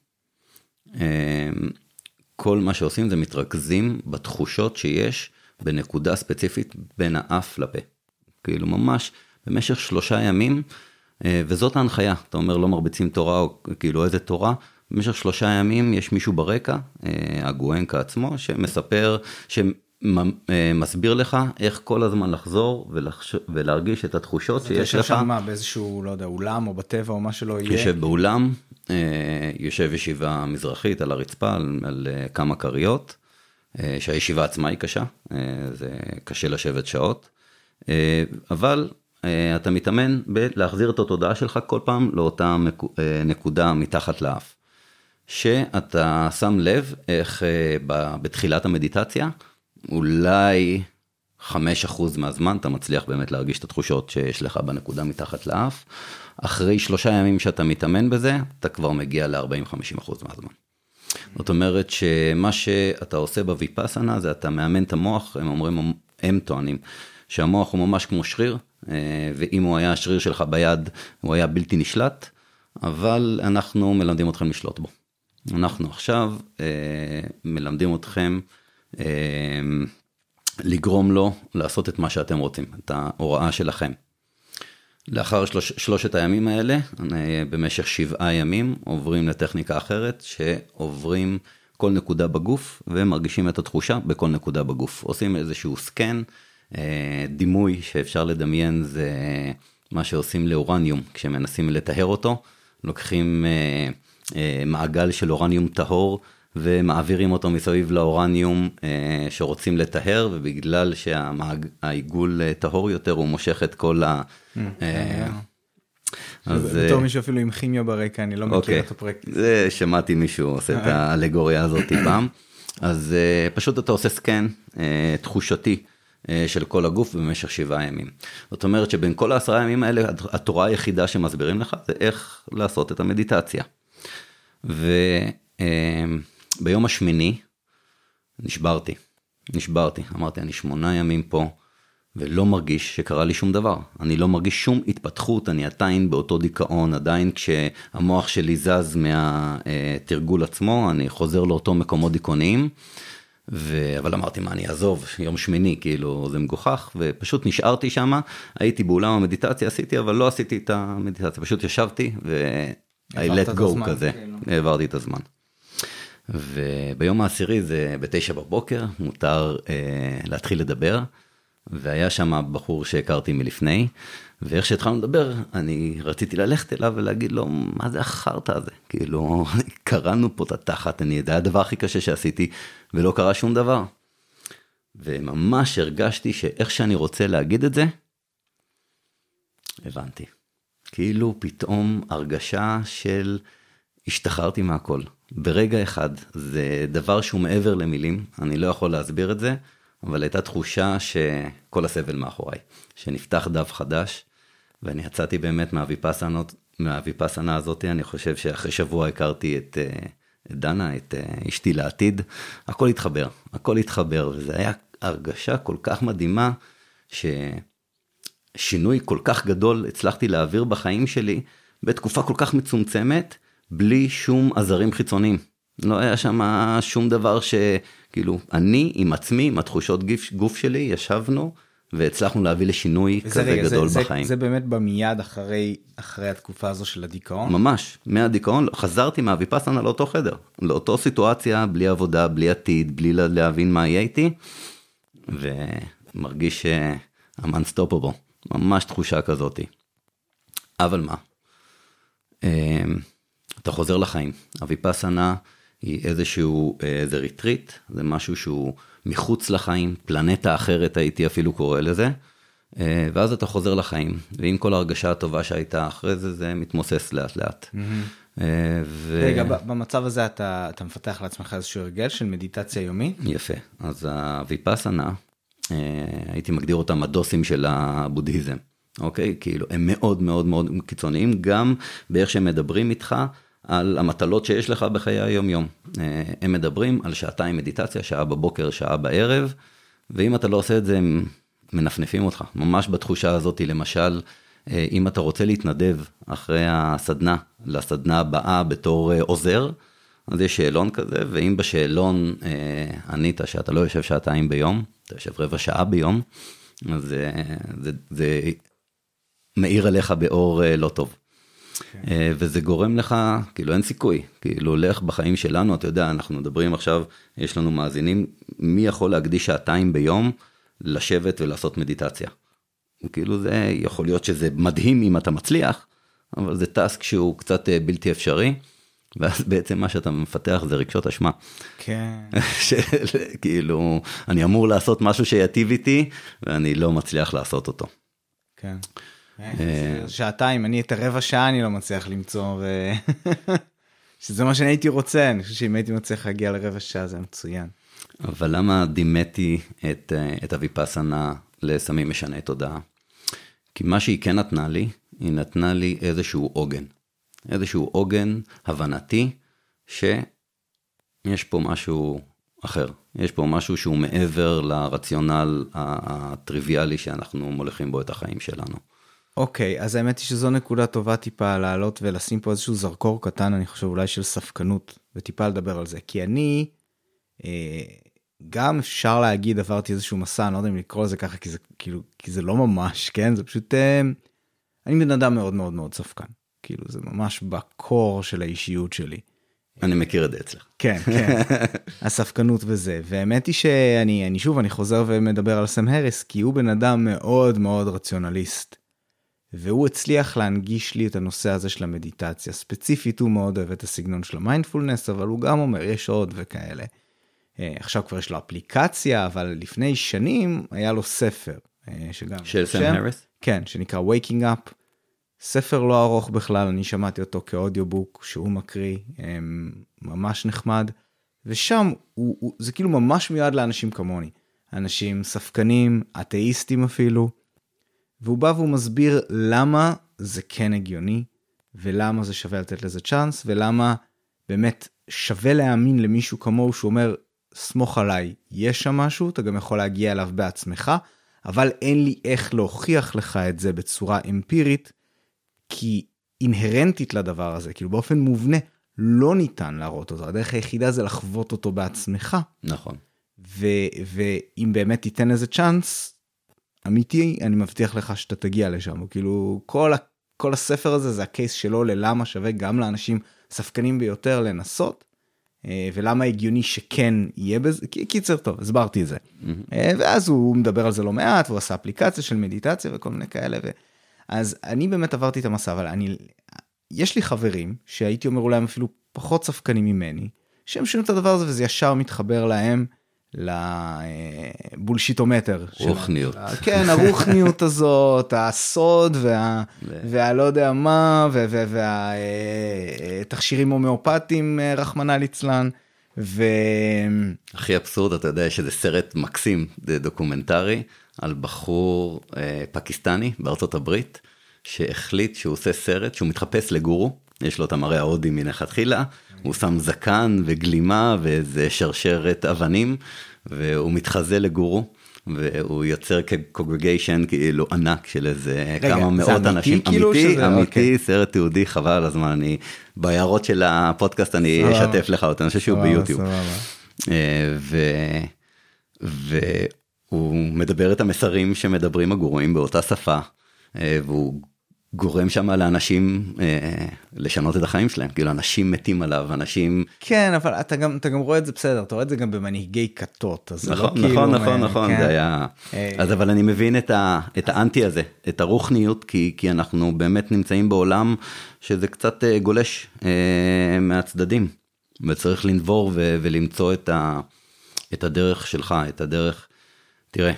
כל מה שעושים זה מתרכזים בתחושות שיש בנקודה ספציפית בין האף לפה. כאילו ממש במשך שלושה ימים, וזאת ההנחיה, אתה אומר לא מרביצים תורה או כאילו איזה תורה, במשך שלושה ימים יש מישהו ברקע, הגואנקה עצמו, שמספר, שמסביר לך איך כל הזמן לחזור ולהרגיש את התחושות שיש לך. אתה יושב שם מה, באיזשהו, לא יודע, אולם או בטבע או מה שלא יהיה? יושב באולם, יושב ישיבה מזרחית על הרצפה, על, על כמה קריות, שהישיבה עצמה היא קשה, זה קשה לשבת שעות, אבל אתה מתאמן בלהחזיר את התודעה שלך כל פעם לאותה נקודה מתחת לאף. שאתה שם לב איך בתחילת המדיטציה, אולי חמישה אחוז מהזמן אתה מצליח באמת להרגיש את התחושות שיש לך בנקודה מתחת לאף. אחרי שלושה ימים שאתה מתאמן בזה, אתה כבר מגיע ל-ארבעים עד חמישים אחוז מהזמן. זאת אומרת שמה שאתה עושה בוויפאסנה, זה אתה מאמן את המוח, הם אומרים, הם טוענים, שהמוח הוא ממש כמו שריר, ואם הוא היה השריר שלך ביד, הוא היה בלתי נשלט, אבל אנחנו מלמדים אתכם לשלוט בו. אנחנו עכשיו אה, מלמדים אתכם אה, לגרום לו לעשות את מה שאתם רוצים, את ההוראה שלכם. לאחר שלוש, שלושת הימים האלה, אני, במשך שבעה ימים, עוברים לטכניקה אחרת, שעוברים כל נקודה בגוף, ומרגישים את התחושה בכל נקודה בגוף. עושים איזשהו סקן, אה, דימוי שאפשר לדמיין, זה מה שעושים לאורניום, כשמנסים לטהר אותו, לוקחים... אה, מעגל של אורניום טהור, ומעבירים אותו מסביב לאורניום שרוצים לטהר, ובגלל שהעיגול טהור יותר, הוא מושך את כל ה... בתור מישהו אפילו עם כימיה ברקע, אני לא מכיר את הפרק. זה שמעתי מישהו עושה את האלגוריה הזאת פעם. אז פשוט אתה עושה סקן תחושתי של כל הגוף במשך שבעה ימים. זאת אומרת שבין כל העשרה ימים האלה, התורה היחידה שמסבירים לך, זה איך לעשות את המדיטציה. וביום השמיני נשברתי, נשברתי, אמרתי אני שמונה ימים פה ולא מרגיש שקרה לי שום דבר, אני לא מרגיש שום התפתחות, אני עדיין באותו דיכאון, עדיין כשהמוח שלי זז מהתרגול עצמו, אני חוזר לאותו מקומות דיכאוניים, ו... אבל אמרתי, מה אני אעזוב? יום שמיני, כאילו, זה מגוחך, ופשוט נשארתי שם, הייתי באולם המדיטציה, עשיתי, אבל לא עשיתי את המדיטציה, פשוט ישבתי, ו- I let go כזה, העברתי את הזמן. וביום העשירי זה בתשע בבוקר, מותר אה, להתחיל לדבר, והיה שם בחור שהכרתי מלפני, ואיך שהתחלנו לדבר, אני רציתי ללכת אליו ולהגיד לו, מה זה החרטא הזה? כאילו, קראנו פה את התחת, אני, זה היה הדבר הכי קשה שעשיתי, ולא קרה שום דבר. וממש הרגשתי שאיך שאני רוצה להגיד את זה, הבנתי. כאילו פתאום הרגשה של השתחררתי מהכל. ברגע אחד, זה דבר שהוא מעבר למילים, אני לא יכול להסביר את זה, אבל הייתה תחושה שכל הסבל מאחוריי, שנפתח דף חדש, ואני יצאתי באמת מהוויפסנות, מהוויפסנה הזאת, אני חושב שאחרי שבוע הכרתי את, את דנה, את אשתי לעתיד, הכל התחבר, הכל התחבר, וזה היה הרגשה כל כך מדהימה, ששינוי כל כך גדול הצלחתי להעביר בחיים שלי, בתקופה כל כך מצומצמת, בלי שום עזרים חיצוניים. לא היה שם שום דבר שכאילו, אני עם עצמי, עם התחושות גוף, גוף שלי, ישבנו, והצלחנו להביא לשינוי כזה רגע, גדול זה, בחיים. זה, זה באמת במיד אחרי, אחרי התקופה הזו של הדיכאון? ממש, מהדיכאון, חזרתי מהוויפסנה לאותו חדר, לאותו סיטואציה, בלי עבודה, בלי עתיד, בלי להבין מה יהיה איתי, ומרגיש I'm unstoppable, ממש תחושה כזאת. אבל מה? אתה חוזר לחיים, הוויפסנה היא איזשהו, איזה ריטריט, זה משהו שהוא מחוץ לחיים, פלנטה אחרת הייתי אפילו קורא לזה, ואז אתה חוזר לחיים, ועם כל הרגשה הטובה שהייתה אחרי זה, זה מתמוסס לאט לאט. Mm-hmm. ו... רגע, במצב הזה אתה, אתה מפתח לעצמך איזשהו הרגל של מדיטציה יומית? יפה, אז הוויפסנה, הייתי מגדיר אותם הדוסים של הבודהיזם, אוקיי? כאילו, הם מאוד מאוד מאוד קיצוניים, גם באיך שהם מדברים איתך, על המטלות שיש לך בחיי היום-יום. הם מדברים על שעתיים מדיטציה, שעה בבוקר, שעה בערב, ואם אתה לא עושה את זה, הם מנפנפים אותך. ממש בתחושה הזאת, למשל, אם אתה רוצה להתנדב אחרי הסדנה, לסדנה הבאה בתור עוזר, אז יש שאלון כזה, ואם בשאלון ענית שאתה לא יושב שעתיים ביום, אתה יושב רבע שעה ביום, אז זה, זה, זה מאיר עליך באור לא טוב. Okay. וזה גורם לך, כאילו אין סיכוי, כאילו הולך בחיים שלנו, אתה יודע, אנחנו מדברים עכשיו, יש לנו מאזינים, מי יכול להקדיש שעתיים ביום, לשבת ולעשות מדיטציה. כאילו זה, יכול להיות שזה מדהים אם אתה מצליח, אבל זה טסק שהוא קצת בלתי אפשרי, ואז בעצם מה שאתה מפתח זה רגשות אשמה. כן. כאילו, אני אמור לעשות משהו שיטיב איתי, ואני לא מצליח לעשות אותו. כן. שעתיים, אני את הרבע שעה אני לא מצליח למצוא, שזה מה שאני הייתי רוצה, אני חושב שאם הייתי מצליח להגיע לרבע שעה זה מצוין. אבל למה דימתי את, את הוויפסנה לסמים משני תודעה? כי מה שהיא כן נתנה לי, היא נתנה לי איזשהו עוגן. איזשהו עוגן הבנתי, שיש פה משהו אחר. יש פה משהו שהוא מעבר לרציונל הטריוויאלי שאנחנו מולכים בו את החיים שלנו. אוקיי, אז האמת היא שזו נקודה טובה טיפה לעלות ולשים פה איזשהו זרקור קטן, אני חושב אולי של ספקנות, וטיפה לדבר על זה. כי אני, אה, גם אפשר להגיד, עברתי איזשהו מסע, אני לא יודע אם לקרוא לזה ככה, כי זה, כאילו, כי זה לא ממש, כן? זה פשוט, אה, אני בן אדם מאוד מאוד מאוד ספקן. כאילו, זה ממש בקור של האישיות שלי. אני מכיר את זה אצלך. כן, כן. הספקנות וזה. והאמת היא שאני, אני שוב, אני חוזר ומדבר על סם הריס, כי הוא בן אדם מאוד מאוד רציונליסט. והוא הצליח להנגיש לי את הנושא הזה של המדיטציה. ספציפית הוא מאוד אוהב את הסגנון של המיינדפולנס, אבל הוא גם אומר, יש עוד וכאלה. עכשיו כבר יש לו אפליקציה, אבל לפני שנים היה לו ספר. שגם של סם הריס? כן, שנקרא Waking Up. ספר לא ארוך בכלל, אני שמעתי אותו כאודיובוק שהוא מקריא, ממש נחמד. ושם הוא, הוא, זה כאילו ממש מיועד לאנשים כמוני. אנשים ספקנים, אתאיסטים אפילו. והוא בא והוא מסביר למה זה כן הגיוני, ולמה זה שווה לתת לזה צ'אנס, ולמה באמת שווה להאמין למישהו כמוהו, שהוא אומר, סמוך עליי, יש שם משהו, אתה גם יכול להגיע אליו בעצמך, אבל אין לי איך להוכיח לך את זה בצורה אמפירית, כי אינהרנטית לדבר הזה, כאילו באופן מובנה, לא ניתן להראות אותו, הדרך היחידה זה לחוות אותו בעצמך. נכון. ואם באמת תיתן איזה צ'אנס, אמיתי, אני מבטיח לך שאתה תגיע לשם. כאילו, כל, כל הספר הזה זה הקייס שלו ללמה שווה גם לאנשים ספקנים ביותר לנסות, ולמה הגיוני שכן יהיה בזה, קיצר טוב, הסברתי את זה. Mm-hmm. ואז הוא מדבר על זה לא מעט, והוא עשה אפליקציה של מדיטציה וכל מיני כאלה, ו... אז אני באמת עברתי את המסע, אבל אני, יש לי חברים שהייתי אומר אולי הם אפילו פחות ספקנים ממני, שהם שינו את הדבר הזה וזה ישר מתחבר להם לבולשיטומטר. רוחניות. כן, הרוחניות הזאת, הסוד וה, והלא יודע מה, והתכשירים הומאופטיים רחמנא ליצלן, ו... הכי אבסורד, אתה יודע, יש איזה סרט מקסים, דוקומנטרי, על בחור אה, פקיסטני בארצות הברית, שהחליט שהוא עושה סרט, שהוא מתחפש לגורו, יש לו את המראה ההודי מלכתחילה, הוא שם זקן וגלימה ואיזה שרשרת אבנים, והוא מתחזה לגורו, והוא יוצר כקוגרגיישן כאילו ענק של איזה רגע, כמה מאות אנשים. כאילו אמיתי, שזה, אמיתי, אוקיי. סרט תיעודי, חבל על הזמן, אני, בהערות של הפודקאסט אני אשתף לך אותו, אני חושב שהוא ביוטיוב. ו... ו... הוא מדבר את המסרים שמדברים הגורואים באותה שפה, והוא גורם שם לאנשים לשנות את החיים שלהם, כאילו אנשים מתים עליו, אנשים... כן, אבל אתה גם, אתה גם רואה את זה בסדר, אתה רואה את זה גם במנהיגי כתות, אז נכון, זה לא כאילו... נכון, נכון, נכון, זה היה... אז אבל אני מבין את, ה, את האנטי הזה, את הרוחניות, כי, כי אנחנו באמת נמצאים בעולם שזה קצת גולש מהצדדים, וצריך לנבור ו, ולמצוא את, ה, את הדרך שלך, את הדרך... תראה,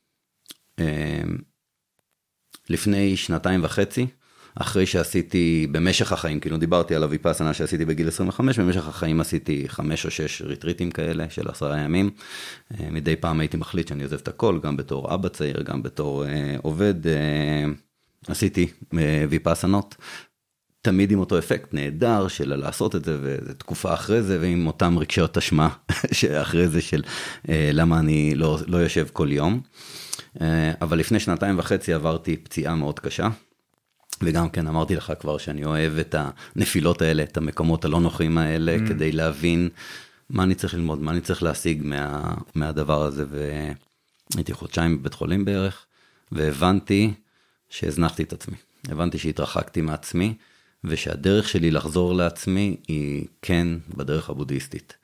לפני שנתיים וחצי, אחרי שעשיתי במשך החיים, כאילו דיברתי על הוויפאסנה שעשיתי בגיל עשרים וחמש, במשך החיים עשיתי חמש או שש ריטריטים כאלה של עשרה ימים, מדי פעם הייתי מחליט שאני עוזב את הכל, גם בתור אבא צעיר, גם בתור עובד, עשיתי ויפאסנות, תמיד עם אותו אפקט נהדר של לעשות את זה, וזו תקופה אחרי זה, ועם אותם רגשות אשמה שאחרי זה של למה אני לא, לא יושב כל יום. אבל לפני שנתיים וחצי עברתי פציעה מאוד קשה, וגם כן אמרתי לך כבר שאני אוהב את הנפילות האלה, את המקומות הלא נוחים האלה, mm. כדי להבין מה אני צריך ללמוד, מה אני צריך להשיג מה, מהדבר הזה, והייתי חודשיים בבית חולים בערך, והבנתי שהזנחתי את עצמי. הבנתי שהתרחקתי מעצמי, ושהדרך שלי לחזור לעצמי היא כן בדרך הבודהיסטית.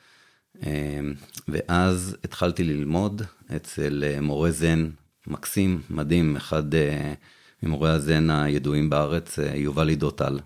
ואז התחלתי ללמוד אצל מורה זן מקסים, מדהים, אחד ממורי הזן הידועים בארץ, יובל עידו טל.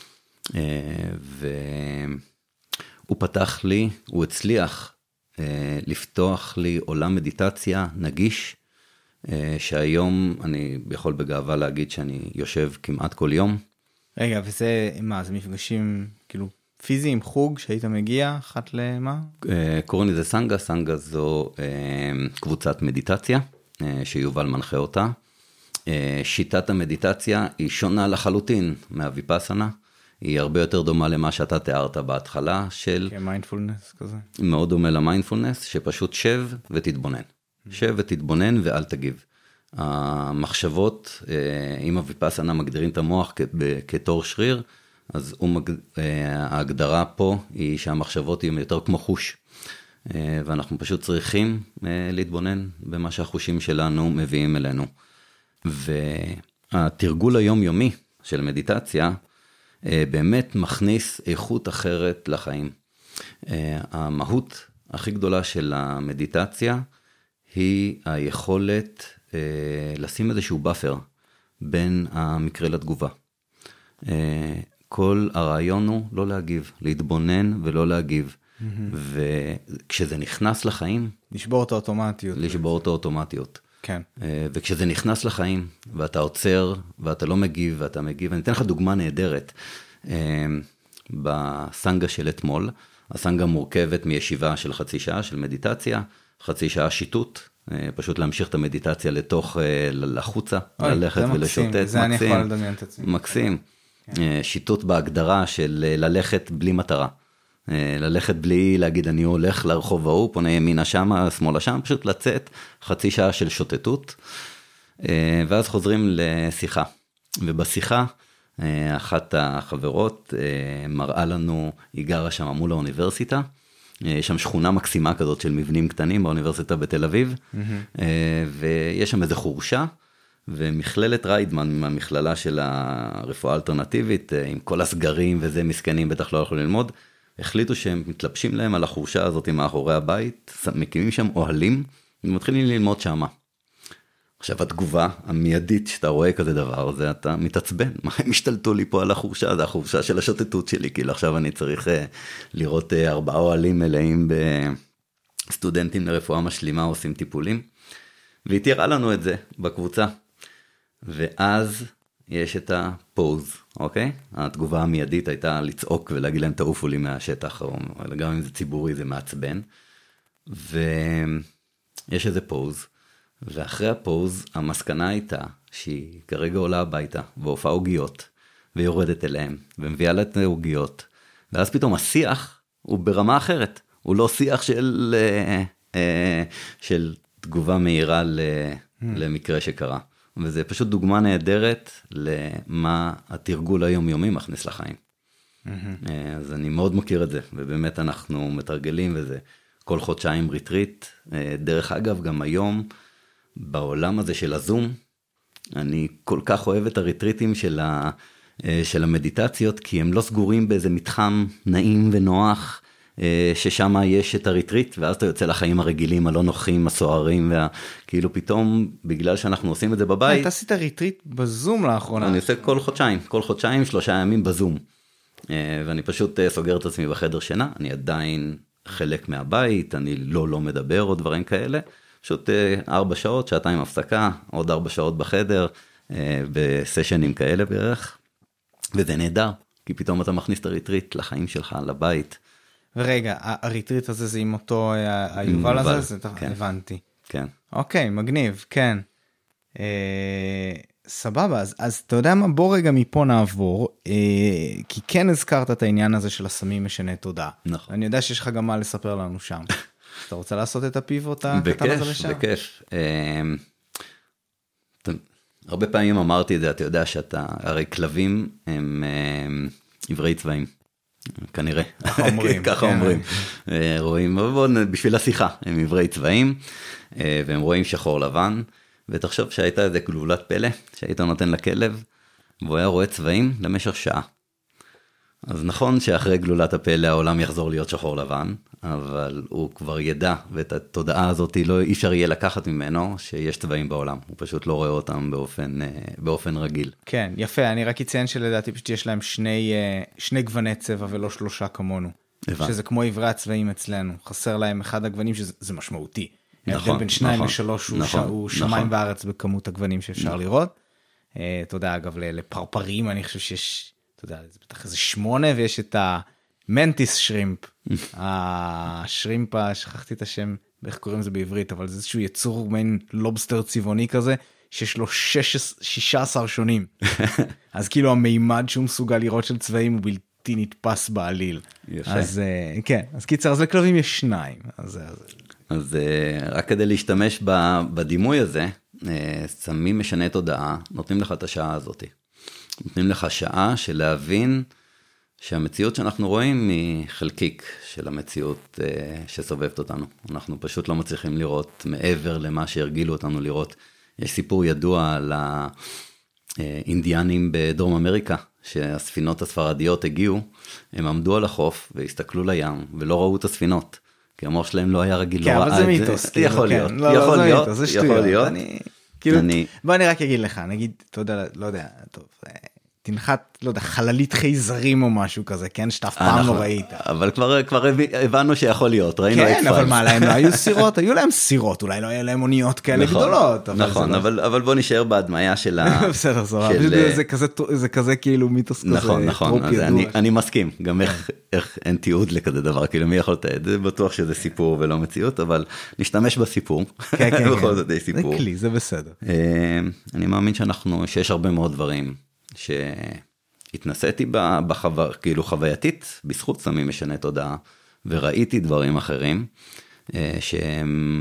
והוא פתח לי, הוא הצליח לפתוח לי עולם מדיטציה נגיש, שהיום אני יכול בגאווה להגיד שאני יושב כמעט כל יום. רגע, וזה מה? זה מפגשים כאילו פיזיים, חוג שהיית מגיע אחת למה? קוראים לזה סנגה, סנגה זו קבוצת מדיטציה שיובל מנחה אותה. שיטת המדיטציה היא שונה לחלוטין מהוויפאסנה, היא הרבה יותר דומה למה שאתה תיארת בהתחלה של... כמיינדפולנס כזה. מאוד דומה למיינדפולנס, שפשוט שב ותתבונן. שב ותתבונן ואל תגיב. המחשבות, אם הוויפאסנה מגדירים את המוח כתור שריר, אז ההגדרה פה היא שהמחשבות הן יותר כמו חוש. ואנחנו פשוט צריכים להתבונן במה שהחושים שלנו מביאים אלינו. והתרגול היומיומי של מדיטציה באמת מכניס איכות אחרת לחיים. המהות הכי גדולה של המדיטציה היא היכולת לשים איזשהו באפר בין המקרה לתגובה. כל הרעיון הוא לא להגיב, להתבונן ולא להגיב. וכשזה נכנס לחיים... לשבור את האוטומטיות. לשבור את האוטומטיות. כן. וכשזה נכנס לחיים, ואתה עוצר, ואתה לא מגיב, ואתה מגיב, אני אתן לך דוגמה נהדרת. בסנגה של אתמול, הסנגה מורכבת מישיבה של חצי שעה של מדיטציה, חצי שעה שיטוט, פשוט להמשיך את המדיטציה לתוך, לחוצה, ללכת ולשוטט. זה אני יכול לדמיין את עצמי. מקסים. שיטוט בהגדרה של ללכת בלי מטרה. ללכת בלי להגיד אני הולך לרחוב ההוא, פונה ימינה שמה, שמאלה שם, פשוט לצאת חצי שעה של שוטטות, ואז חוזרים לשיחה. ובשיחה, אחת החברות מראה לנו, היא גרה שם מול האוניברסיטה, יש שם שכונה מקסימה כזאת של מבנים קטנים באוניברסיטה בתל אביב, mm-hmm. ויש שם איזה חורשה, ומכללת ריידמן, מהמכללה של הרפואה האלטרנטיבית, עם כל הסגרים וזה מסכנים, בטח לא יכולים ללמוד, החליטו שהם מתלבשים להם על החורשה הזאת מאחורי הבית, מקימים שם אוהלים, ומתחילים ללמוד שמה. עכשיו התגובה המיידית שאתה רואה כזה דבר, זה אתה מתעצבן, מה הם השתלטו לי פה על החורשה, זה החורשה של השוטטות שלי, כאילו עכשיו אני צריך לראות ארבעה אוהלים מלאים בסטודנטים לרפואה משלימה עושים טיפולים, והיא תראה לנו את זה בקבוצה, ואז יש את הפוז, אוקיי? התגובה המיידית הייתה לצעוק ולהגיד להם תעופו לי מהשטח, או גם אם זה ציבורי זה מעצבן, ויש איזה פוז, ואחרי הפוז המסקנה הייתה שהיא כרגע עולה הביתה והופעה עוגיות, ויורדת אליהם, ומביאה לה את העוגיות, ואז פתאום השיח הוא ברמה אחרת, הוא לא שיח של, של תגובה מהירה למקרה שקרה. וזה פשוט דוגמה נהדרת למה התרגול היומיומי מכניס לחיים. Mm-hmm. אז אני מאוד מכיר את זה, ובאמת אנחנו מתרגלים וזה כל חודשיים ריטריט. דרך אגב, גם היום בעולם הזה של הזום, אני כל כך אוהב את הריטריטים של, ה, של המדיטציות, כי הם לא סגורים באיזה מתחם נעים ונוח, ששם יש את הריטריט, ואז אתה יוצא לחיים הרגילים, הלא נוחים, הסוערים, וכאילו פתאום, בגלל שאנחנו עושים את זה בבית... אתה עשית ריטריט בזום לאחרונה. אני עושה כל חודשיים, כל חודשיים, שלושה ימים בזום. ואני פשוט סוגר את עצמי בחדר שינה, אני עדיין חלק מהבית, אני לא לא מדבר או דברים כאלה, פשוט ארבע שעות, שעתיים הפסקה, עוד ארבע שעות בחדר, בסשנים כאלה בערך, וזה נהדר, כי פתאום אתה מכניס את הריטריט לחיים שלך, לבית, ורגע, הריטריט הזה זה עם אותו היובל הזה? זה הבנתי. כן. אוקיי, מגניב, כן. סבבה, אז אתה יודע מה, בוא רגע מפה נעבור, כי כן הזכרת את העניין הזה של הסמים משנה תודעה. נכון. אני יודע שיש לך גם מה לספר לנו שם. אתה רוצה לעשות את הפיבוט הקטן הזה לשם? בכיף, בכיף. הרבה פעמים אמרתי את זה, אתה יודע שאתה, הרי כלבים הם עברי צבעים. כנראה, ככה אומרים, רואים, בשביל השיחה, הם עברי צבעים, והם רואים שחור לבן, ותחשוב שהייתה איזה גלולת פלא, שהיית נותן לכלב, והוא היה רואה צבעים למשך שעה. אז נכון שאחרי גלולת הפלא העולם יחזור להיות שחור לבן, אבל הוא כבר ידע, ואת התודעה הזאת לא אי אפשר יהיה לקחת ממנו, שיש צבעים בעולם, הוא פשוט לא רואה אותם באופן, באופן רגיל. כן, יפה, אני רק אציין שלדעתי פשוט יש להם שני, שני גווני צבע ולא שלושה כמונו. הבא. שזה כמו עברי הצבעים אצלנו, חסר להם אחד הגוונים שזה משמעותי. נכון, ההבדל בין שניים נכון, לשלוש נכון, הוא, הוא שמיים נכון. בארץ בכמות הגוונים שאפשר נכון. לראות. תודה אגב לפרפרים, אני חושב שיש, אתה יודע, זה בטח איזה שמונה, ויש את המנטיס שרימפ, השרימפ, שכחתי את השם, איך קוראים לזה בעברית, אבל זה איזשהו יצור מין לובסטר צבעוני כזה, שיש לו שישה עשר שונים. אז כאילו המימד שהוא מסוגל לראות של צבעים הוא בלתי נתפס בעליל. יפה. אז כן, אז קיצר, אז לכלבים יש שניים. אז, אז... אז רק כדי להשתמש בדימוי הזה, סמים משנה תודעה, נותנים לך את השעה הזאת. נותנים לך שעה של להבין שהמציאות שאנחנו רואים היא חלקיק של המציאות שסובבת אותנו. אנחנו פשוט לא מצליחים לראות מעבר למה שהרגילו אותנו לראות. יש סיפור ידוע על האינדיאנים בדרום אמריקה, שהספינות הספרדיות הגיעו, הם עמדו על החוף והסתכלו לים ולא ראו את הספינות. כי המוח שלהם לא היה רגיל. כן, אבל זה מיתוס. יכול להיות, יכול להיות, יכול להיות. בוא אני רק אגיד לך, נגיד, אתה יודע, לא יודע, טוב, תנחת, לא יודע, חללית חייזרים או משהו כזה, כן, שאתה אף פעם לא ראית. אבל כבר הבנו שיכול להיות, ראינו את כן, אבל מה, להם לא היו סירות? היו להם סירות, אולי לא היו להם אוניות כאלה גדולות. נכון, אבל בוא נשאר בהדמיה של ה... בסדר, סבבה, זה כזה כאילו מיתוס כזה. נכון, נכון, אני מסכים, גם איך אין תיעוד לכזה דבר, כאילו מי יכול לתעד, זה בטוח שזה סיפור ולא מציאות, אבל נשתמש בסיפור. כן, כן, כן, זה כלי, זה בסדר. אני מאמין שאנחנו, שיש הרבה מאוד דברים שהתנסיתי בחווה, כאילו חווייתית, בזכות סמים משנה תודעה, וראיתי דברים אחרים, שהם,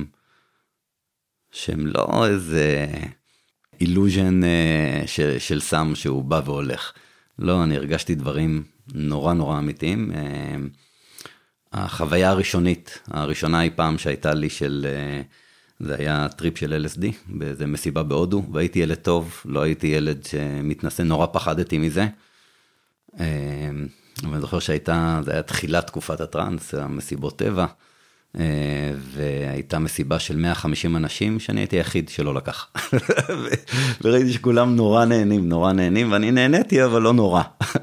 שהם לא איזה אילוז'ן של, של סם שהוא בא והולך. לא, אני הרגשתי דברים נורא נורא אמיתיים, החוויה הראשונית, הראשונה היא פעם שהייתה לי של, זה היה טריפ של אל אס די, באיזה מסיבה בהודו, והייתי ילד טוב, לא הייתי ילד שמתנסה, נורא פחדתי מזה. ואני זוכר שהייתה, זה היה תחילת תקופת הטרנס, המסיבות טבע, והייתה מסיבה של מאה וחמישים אנשים, שאני הייתי היחיד שלא לקח. וראיתי שכולם נורא נהנים, נורא נהנים, ואני נהניתי, אבל לא נורא.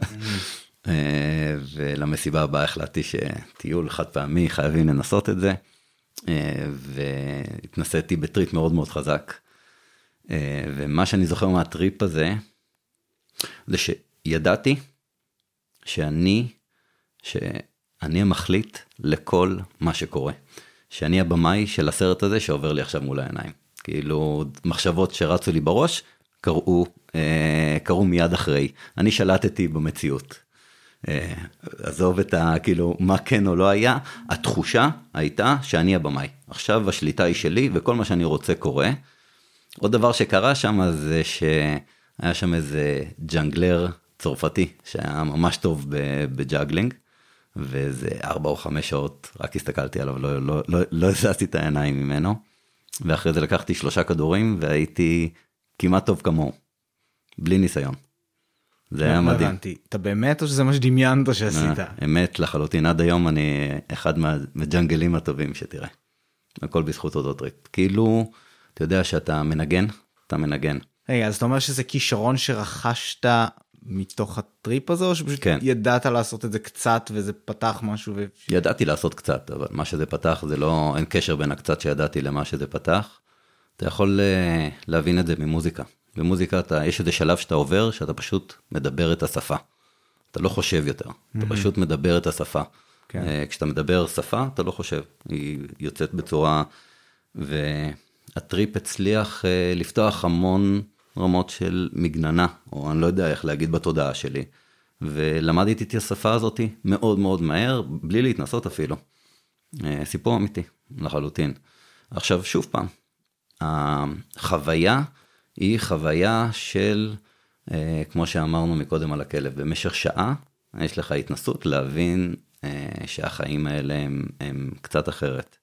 ולמסיבה הבאה החלטתי שטיול חד פעמי, חייבים לנסות את זה, והתנסיתי בטריפ מאוד מאוד חזק. ומה שאני זוכר מהטריפ הזה, זה שידעתי שאני, שאני המחליט לכל מה שקורה. שאני הבמאי של הסרט הזה שעובר לי עכשיו מול העיניים. כאילו, מחשבות שרצו לי בראש, קראו, קראו מיד אחרי. אני שלטתי במציאות. עזוב את ה, כאילו, מה כן או לא היה, התחושה הייתה שאני הבמאי. עכשיו השליטה היא שלי, וכל מה שאני רוצה קורה. עוד דבר שקרה שם, זה שהיה שם איזה ג'אנגלר צרפתי, שהיה ממש טוב בג'אגלינג, ואיזה ארבע או חמש שעות, רק הסתכלתי עליו, לא, לא, לא, לא הזזתי את העיניים ממנו, ואחרי זה לקחתי שלושה כדורים, והייתי כמעט טוב כמוהו, בלי ניסיון. זה היה מדהים. הבנתי. אתה באמת או שזה מה שדמיינת שעשית? אמת לחלוטין, עד היום אני אחד מהג'אנגלים הטובים שתראה. הכל בזכות אותו טריפ. כאילו, אתה יודע שאתה מנגן, אתה מנגן. רגע, אז אתה אומר שזה כישרון שרכשת מתוך הטריפ הזה, או שפשוט כן. ידעת לעשות את זה קצת וזה פתח משהו? ו... ידעתי לעשות קצת, אבל מה שזה פתח זה לא, אין קשר בין הקצת שידעתי למה שזה פתח. אתה יכול להבין את זה ממוזיקה. במוזיקה אתה, יש איזה שלב שאתה עובר, שאתה פשוט מדבר את השפה. אתה לא חושב יותר, mm-hmm. אתה פשוט מדבר את השפה. כן. כשאתה מדבר שפה, אתה לא חושב. היא יוצאת בצורה, והטריפ הצליח לפתוח המון רמות של מגננה, או אני לא יודע איך להגיד בתודעה שלי. ולמדתי את השפה הזאת מאוד מאוד מהר, בלי להתנסות אפילו. סיפור אמיתי, לחלוטין. עכשיו, שוב פעם, החוויה היא חוויה של, כמו שאמרנו מקודם על הכלב, במשך שעה יש לך התנסות להבין שהחיים האלה הם, הם קצת אחרת.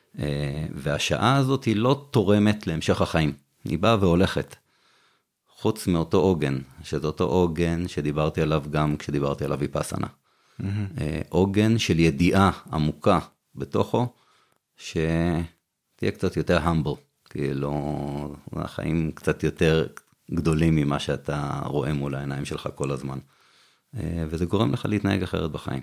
והשעה הזאת היא לא תורמת להמשך החיים, היא באה והולכת. חוץ מאותו עוגן, שזה אותו עוגן שדיברתי עליו גם כשדיברתי עליו ויפאסנה. Mm-hmm. עוגן של ידיעה עמוקה בתוכו, שתהיה קצת יותר humble. כאילו, החיים קצת יותר גדולים ממה שאתה רואה מול העיניים שלך כל הזמן. וזה גורם לך להתנהג אחרת בחיים.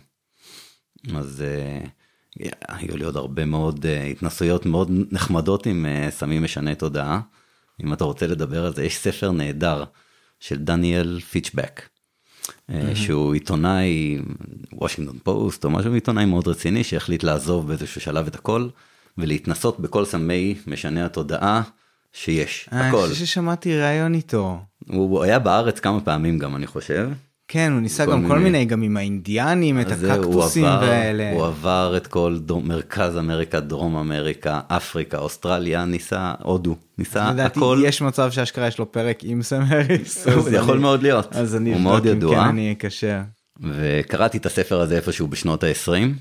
אז היו לי עוד הרבה מאוד התנסויות מאוד נחמדות עם סמים משני תודעה. אם אתה רוצה לדבר על זה, יש ספר נהדר של דניאל פיצ'בק, שהוא עיתונאי, וושינגטון פוסט, או משהו עיתונאי מאוד רציני, שהחליט לעזוב באיזשהו שלב את הכל, ולהתנסות בכל סמי משני התודעה שיש, הכל. אני חושב ששמעתי רעיון איתו. הוא היה בארץ כמה פעמים גם, אני חושב. כן, הוא ניסה גם כל מיני, גם עם האינדיאנים, את הקקטוסים ואלה. הוא עבר את כל מרכז אמריקה, דרום אמריקה, אפריקה, אוסטרליה, ניסה, הודו, ניסה הכל. יש מצב שהשקרה יש לו פרק עם סם האריס. זה יכול מאוד להיות. הוא מאוד ידוע. כן, אני אקשר. וקראתי את הספר הזה איפשהו בשנות ה-עשרים,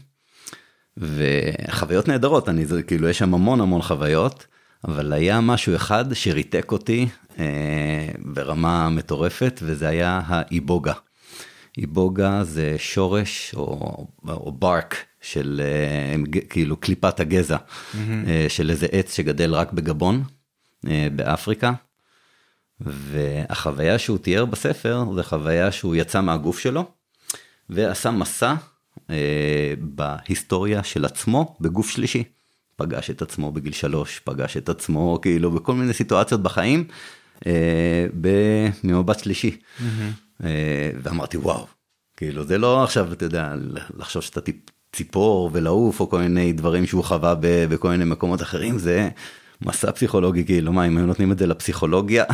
וחוויות נהדרות, אני, כאילו, יש שם המון המון חוויות, אבל היה משהו אחד שריתק אותי אה, ברמה מטורפת, וזה היה האיבוגה. איבוגה זה שורש או, או ברק של אה, כאילו קליפת הגזע, mm-hmm. אה, של איזה עץ שגדל רק בגבון, אה, באפריקה, והחוויה שהוא תיאר בספר, זה חוויה שהוא יצא מהגוף שלו, ועשה מסע אה, בהיסטוריה של עצמו בגוף שלישי. פגש את עצמו בגיל שלוש, פגש את עצמו כאילו בכל מיני סיטואציות בחיים, אה, במבט שלישי. Mm-hmm. אה, ואמרתי וואו, כאילו זה לא עכשיו אתה יודע, לחשוב שאתה ציפור ולעוף או כל מיני דברים שהוא חווה ב, בכל מיני מקומות אחרים, זה מסע פסיכולוגי, כאילו מה, אם הם נותנים את זה לפסיכולוגיה,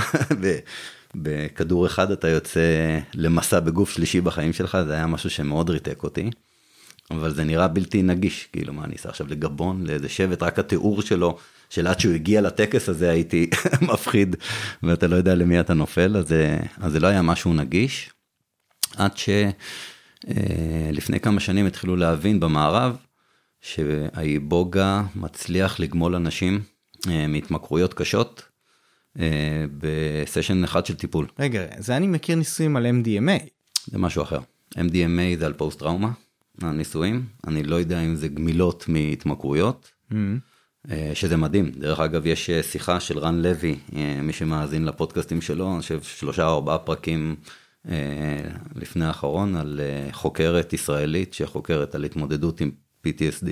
בכדור אחד אתה יוצא למסע בגוף שלישי בחיים שלך, זה היה משהו שמאוד ריתק אותי. אבל זה נראה בלתי נגיש, כאילו מה, אני אעשה עכשיו לגבון, לאיזה שבט, רק התיאור שלו, של עד שהוא הגיע לטקס הזה, הייתי מפחיד, ואתה לא יודע למי אתה נופל, אז זה, אז זה לא היה משהו נגיש, עד שלפני כמה שנים התחילו להבין במערב, שהאיבוגה מצליח לגמול אנשים מהתמכרויות קשות, בסשן אחד של טיפול. רגע, זה אני מכיר ניסויים על אם די אם איי. זה משהו אחר. אם די אם איי זה על פוסט-טראומה, הניסויים. אני לא יודע אם זה גמילות מהתמכרויות, mm-hmm. שזה מדהים. דרך אגב, יש שיחה של רן לוי, מי שמאזין לפודקאסטים שלו, אני חושב שלושה או ארבעה פרקים לפני האחרון, על חוקרת ישראלית שחוקרת על התמודדות עם פי טי אס די,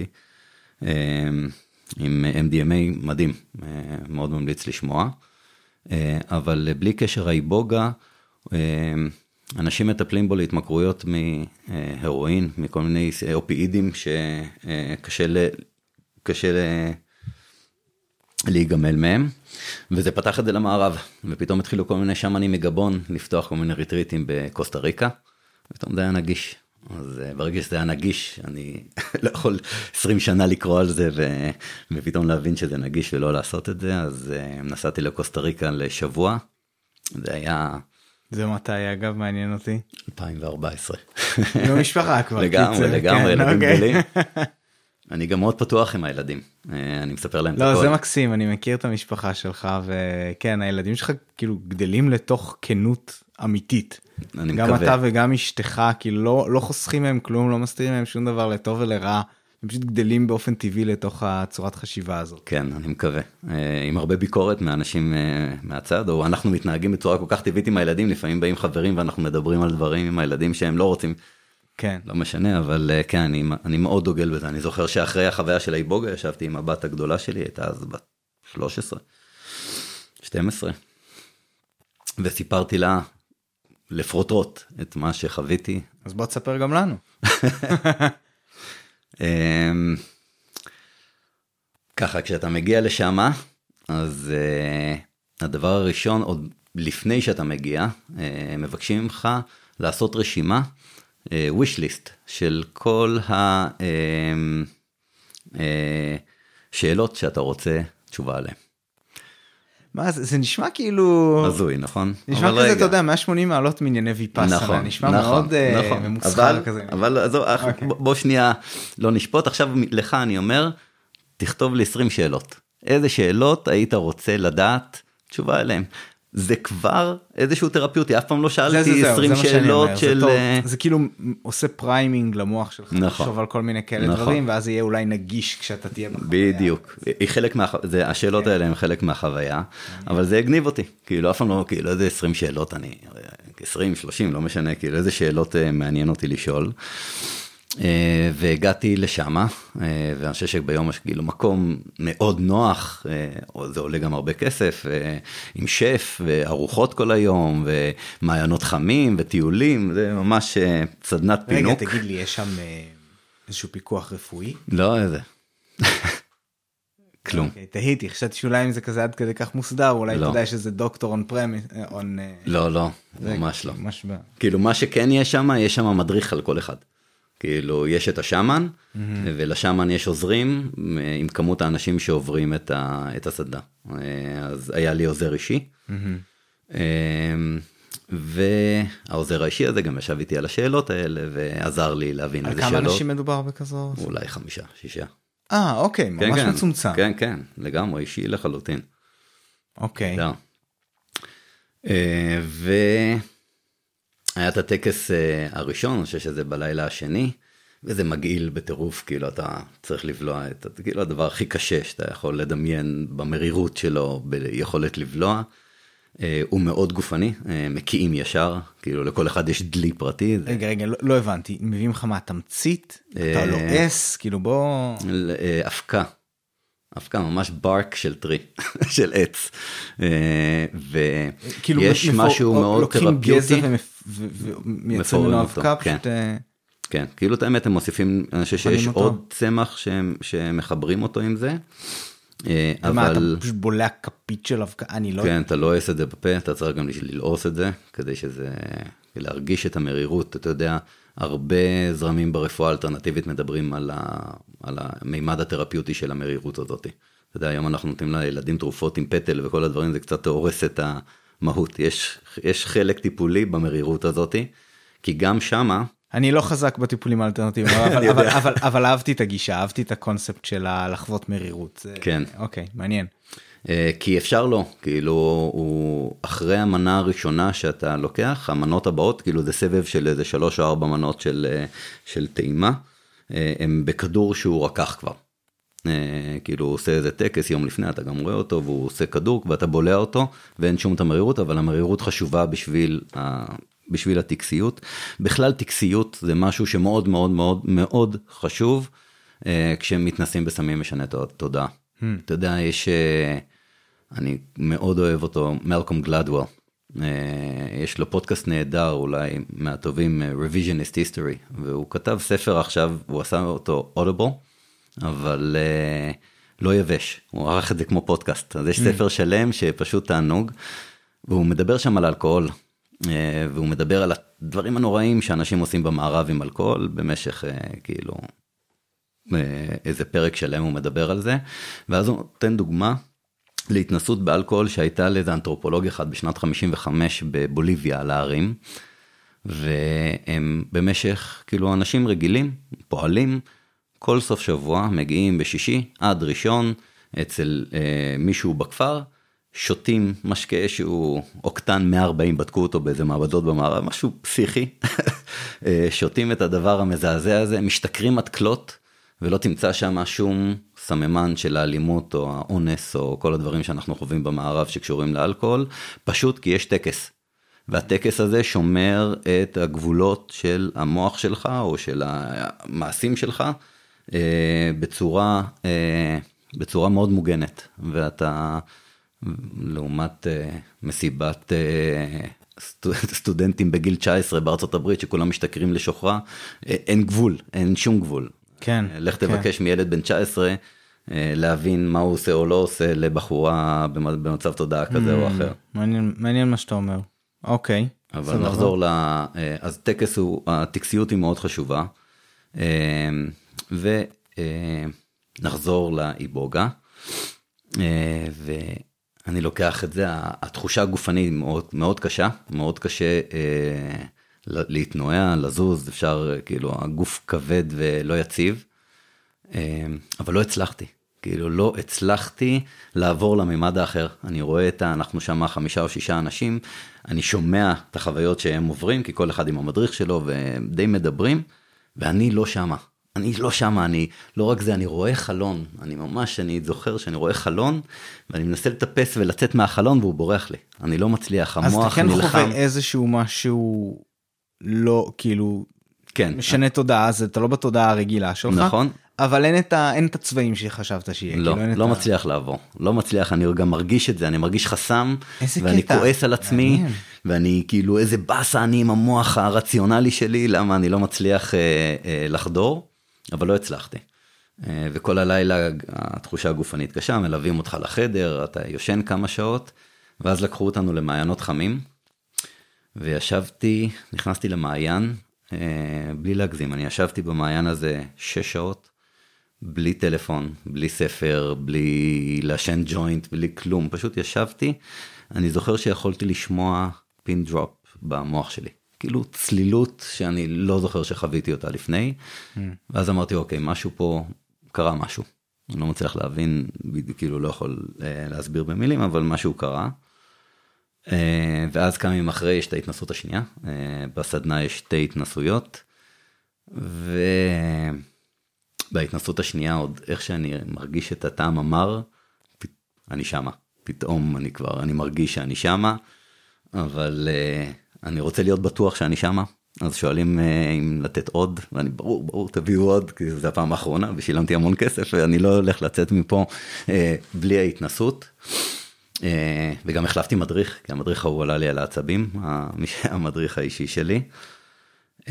עם אם די אם איי, מדהים, מאוד ממליץ לשמוע. אבל בלי קשר האיבוגה, אנשים מטפלים בו להתמכרויות מהרואין, מכל מיני אופיאידים שקשה ל... קשה ל... להיגמל מהם, וזה פתח את זה למערב, ופתאום התחילו כל מיני שמנים מגבון לפתוח כל מיני ריטריטים בקוסטה ריקה, ופתאום זה היה נגיש. אז ברגע שזה היה נגיש, אני לא יכול עשרים שנה לקרוא על זה, ו... ופתאום להבין שזה נגיש ולא לעשות את זה, אז נסעתי לקוסטה ריקה לשבוע, זה היה... זה מתי, אגב, מעניין אותי? אלפיים וארבע עשרה. עם המשפחה כבר. לגמרי, לגמרי, ילדים גדולים. אני גם מאוד פתוח עם הילדים, אני מספר להם את הכל. לא, זה מקסים, אני מכיר את המשפחה שלך, וכן, הילדים שלך כאילו גדלים לתוך כנות אמיתית. אני גם מקווה. אתה וגם אשתך, כאילו לא, לא חוסכים מהם כלום, לא מסתירים מהם שום דבר לטוב ולרע, הם פשוט גדלים באופן טבעי לתוך הצורת חשיבה הזאת. כן, אני מקווה. עם הרבה ביקורת מאנשים מהצד, או אנחנו מתנהגים בצורה כל כך טבעית עם הילדים, לפעמים באים חברים ואנחנו מדברים על דברים עם הילדים שהם לא רוצים, כן. לא משנה, אבל כן, אני, אני מאוד דוגל בזה. אני זוכר שאחרי החוויה של האיבוגה, ישבתי עם הבת הגדולה שלי, הייתה אז בת שלוש עשרה, שתים עשרה, וסיפרתי לה לפרוטרוט את מה שחוויתי. אז בוא תספר גם לנו. ככה, כשאתה מגיע לשם, אז הדבר הראשון, עוד לפני שאתה מגיע, מבקשים ממך לעשות רשימה, wish list של כל השאלות שאתה רוצה תשובה עליהן. מה זה, זה נשמע כאילו... הזוי, נכון? נשמע כזה, אתה יודע, מאה ושמונים מעלות מענייני ויפאסנה, נכון, נשמע נכון, מאוד נכון. ממוסחר אבל, כזה. אבל אז, okay. בוא שנייה לא נשפוט, עכשיו לך אני אומר, תכתוב לי עשרים שאלות. איזה שאלות היית רוצה לדעת תשובה אליהן? זה כבר איזשהו תרפיוטי, אף פעם לא שאלתי עשרים שאלות של... זה כאילו עושה פריימינג למוח שלך, לחשוב על כל מיני כאלה דברים, ואז יהיה אולי נגיש כשאתה תהיה בחוויה. בדיוק, השאלות האלה הן חלק מהחוויה, אבל זה הגניב אותי, כאילו אף פעם לא, כאילו איזה עשרים שאלות אני, עשרים, שלושים, לא משנה, כאילו איזה שאלות מעניין אותי לשאול. והגעתי לשם, ואני חושב שביום יש כאילו מקום מאוד נוח, זה עולה גם הרבה כסף, עם שף וארוחות כל היום, ומעיינות חמים וטיולים, זה ממש סדנת פינוק. רגע, תגיד לי, יש שם איזשהו פיקוח רפואי? לא, איזה. כלום. תהיתי, חשבתי שאולי אם זה כזה עד כדי כך מוסדר, אולי אתה יודע שזה דוקטור און פרמיס, לא, לא, ממש לא. כאילו מה שכן יש שם, יש שם מדריך על כל אחד. כאילו, יש את השמן, mm-hmm. ולשמן יש עוזרים עם כמות האנשים שעוברים את, ה, את הסדנה. אז היה לי עוזר אישי, mm-hmm. והעוזר האישי הזה גם ישב איתי על השאלות האלה, ועזר לי להבין איזה שאלות. על כמה אנשים מדובר בכזו? אולי חמישה, שישה. אה, אוקיי, ממש כן, מצומצם. כן, כן, לגמרי, אישי לחלוטין. אוקיי. ו... היה את הטקס הראשון, אני חושב שזה בלילה השני, וזה מגעיל בטירוף, כאילו אתה צריך לבלוע את, כאילו הדבר הכי קשה שאתה יכול לדמיין במרירות שלו, ביכולת לבלוע, הוא מאוד גופני, מקיאים ישר, כאילו לכל אחד יש דלי פרטי. רגע, רגע, לא, לא הבנתי, מביאים לך מה, תמצית? אתה לא אס, כאילו בוא... אפקה. אבקה, ממש bark של טרי, של עץ, ויש משהו מאוד תרפיוטי. לוקחים גזע ומייצרים ממנו אבקה, פשוט... כן, כאילו את האמת הם מוסיפים, אני חושב שיש עוד צמח שמחברים אותו עם זה, ומה, אתה פשוט בולע כפית של אבקה, אני לא... כן, אתה לא עושה את זה בפה, אתה צריך גם ללעוס את זה, כדי שזה, להרגיש את המרירות, אתה יודע, הרבה זרמים ברפואה האלטרנטיבית מדברים על, ה, על המימד התרפיוטי של המרירות הזאת. אתה יודע, היום אנחנו נותנים לילדים תרופות עם פטל וכל הדברים, זה קצת הורס את המהות. יש, יש חלק טיפולי במרירות הזאת, כי גם שמה... אני לא חזק בטיפולים האלטרנטיביים, אבל, אבל, אבל, אבל אהבתי את הגישה, אהבתי את הקונספט של לחוות מרירות. כן. אוקיי, מעניין. כי אפשר לו, כאילו, הוא אחרי המנה הראשונה שאתה לוקח, המנות הבאות, כאילו זה סבב של איזה שלוש או ארבע מנות של, של טעימה, הם בכדור שהוא רקח כבר. כאילו הוא עושה איזה טקס יום לפני, אתה גם רואה אותו, והוא עושה כדור, ואתה בולע אותו, ואין שום את המרירות, אבל המרירות חשובה בשביל, בשביל הטקסיות. בכלל טקסיות זה משהו שמאוד מאוד מאוד מאוד חשוב, כשהם מתנסים בסמים משנה תודעה. Hmm. אתה יודע, יש, אני מאוד אוהב אותו, מלקום גלדוול, יש לו פודקאסט נהדר, אולי מהטובים, Revisionist History, והוא כתב ספר עכשיו, הוא עשה אותו Audible, אבל לא יבש, הוא ערך את זה כמו פודקאסט, אז יש ספר שלם שפשוט תענוג, והוא מדבר שם על אלכוהול, והוא מדבר על הדברים הנוראים שאנשים עושים במערב עם אלכוהול, במשך כאילו איזה פרק שלם הוא מדבר על זה, ואז הוא נותן דוגמה להתנסות באלכוהול שהייתה לאיזה אנתרופולוג אחד בשנת חמישים וחמש בבוליביה על הערים, והם במשך, כאילו אנשים רגילים, פועלים, כל סוף שבוע מגיעים בשישי עד ראשון אצל אה, מישהו בכפר, שותים משקה שהוא אוקטן מאה וארבעים, בדקו אותו באיזה מעבדות במערב, משהו פסיכי, שותים את הדבר המזעזע הזה, משתכרים מתקלות, ולא תמצא שם שום סממן של האלימות או האונס או כל הדברים שאנחנו חווים במערב שקשורים לאלכוהול, פשוט כי יש טקס. והטקס הזה שומר את הגבולות של המוח שלך או של המעשים שלך בצורה, בצורה מאוד מוגנת. ואתה, לעומת מסיבת סטודנטים בגיל תשע עשרה בארצות הברית שכולם משתכרים לשוחרה, אין גבול, אין שום גבול. כן. לך תבקש מילד בן תשע עשרה להבין מה הוא עושה או לא עושה לבחורה במצב תודעה כזה או אחר. מעניין, מעניין מה שאתה אומר. אוקיי. אבל נחזור ל... אז טקס הוא, הטקסיות היא מאוד חשובה, ונחזור לאיבוגה, ואני לוקח את זה, התחושה הגופנית מאוד, מאוד קשה, מאוד קשה להתנועע, לזוז, אפשר, כאילו, הגוף כבד ולא יציב, אבל לא הצלחתי. כאילו לא הצלחתי לעבור לממד האחר. אני רואה את, אנחנו שם חמישה או שישה אנשים, אני שומע את החוויות שהם עוברים, כי כל אחד עם המדריך שלו, והם די מדברים, ואני לא שמה. אני לא שמה, אני, לא רק זה, אני רואה חלון, אני ממש, אני זוכר שאני רואה חלון, ואני מנסה לטפס ולצאת מהחלון, והוא בורח לי. אני לא מצליח, המוח נלחם. אז אתה כן חווה איזשהו משהו לא, כאילו, כן. משנה תודעה, אז אתה לא בתודעה הרגילה שלך. נכון. אבל אין את, ה, אין את הצבעים שחשבת שיהיה. לא, כאילו, לא מצליח ה... לעבור. לא מצליח, אני גם מרגיש את זה, אני מרגיש חסם, ואני קטע. כועס על עצמי, מעניין. ואני כאילו איזה בסה אני עם המוח הרציונלי שלי, למה אני לא מצליח אה, אה, לחדור, אבל לא הצלחתי. אה, וכל הלילה התחושה הגופנית קשה, מלווים אותך לחדר, אתה יושן כמה שעות, ואז לקחו אותנו למעיינות חמים, וישבתי, נכנסתי למעיין, אה, בלי להגזים, אני ישבתי במעיין הזה שש שעות, בלי טלפון, בלי ספר, בלי לעשן ג'וינט, בלי כלום, פשוט ישבתי, אני זוכר שיכולתי לשמוע פין דרופ במוח שלי, כאילו צלילות שאני לא זוכר שחוויתי אותה לפני, mm. ואז אמרתי, אוקיי, משהו פה, קרה משהו, אני לא מצליח להבין, כאילו לא יכול להסביר במילים, אבל משהו קרה, ואז כמה ימים אחרי יש את ההתנסות השנייה, בסדנה יש שתי התנסויות, ו... בהתנסות השנייה, עוד איך שאני מרגיש את הטעם המר, אני שמה. פתאום אני כבר, אני מרגיש שאני שמה, אבל uh, אני רוצה להיות בטוח שאני שמה, אז שואלים uh, אם לתת עוד, ואני ברור, ברור, תביאו עוד, כי זו הפעם האחרונה, ושילמתי המון כסף, ואני לא הולך לצאת מפה uh, בלי ההתנסות, uh, וגם החלפתי מדריך, כי המדריך הוא עלה לי על העצבים, המדריך האישי שלי, uh,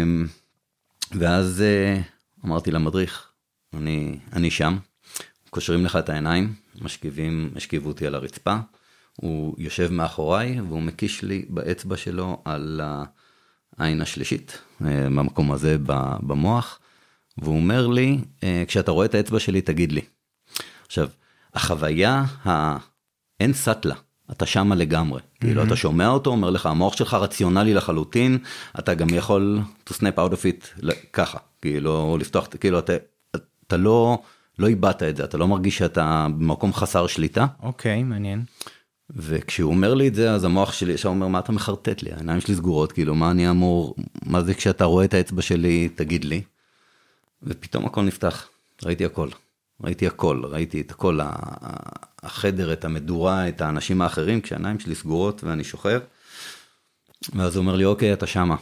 ואז... Uh, אמרתי למדריך, אני, אני שם, קושרים לך את העיניים, משכיבים, משכיבו אותי על הרצפה, הוא יושב מאחוריי, והוא מקיש לי באצבע שלו על העין השלישית, במקום הזה במוח, והוא אומר לי, כשאתה רואה את האצבע שלי, תגיד לי. עכשיו, החוויה, אין סטלה, אתה שמה לגמרי. כאילו, אתה שומע אותו, אומר לך, המוח שלך רציונלי לחלוטין, אתה גם יכול to snap out of it ככה, כאילו, לפתוח, כאילו, אתה, אתה לא, לא איבדת את זה, אתה לא מרגיש שאתה במקום חסר שליטה. אוקיי, מעניין. וכשהוא אומר לי את זה, אז המוח שלי, עכשיו אומר, מה אתה מחרטט לי? העיניים שלי סגורות, כאילו, מה אני אמור, מה זה כשאתה רואה את האצבע שלי, תגיד לי. ופתאום הכל נפתח, ראיתי הכל. ראיתי הכל, ראיתי את הכל, החדר, את המדורה, את האנשים האחרים, כשהעיניים שלי סגורות ואני שוכב, ואז הוא אומר לי, אוקיי, אתה שמה.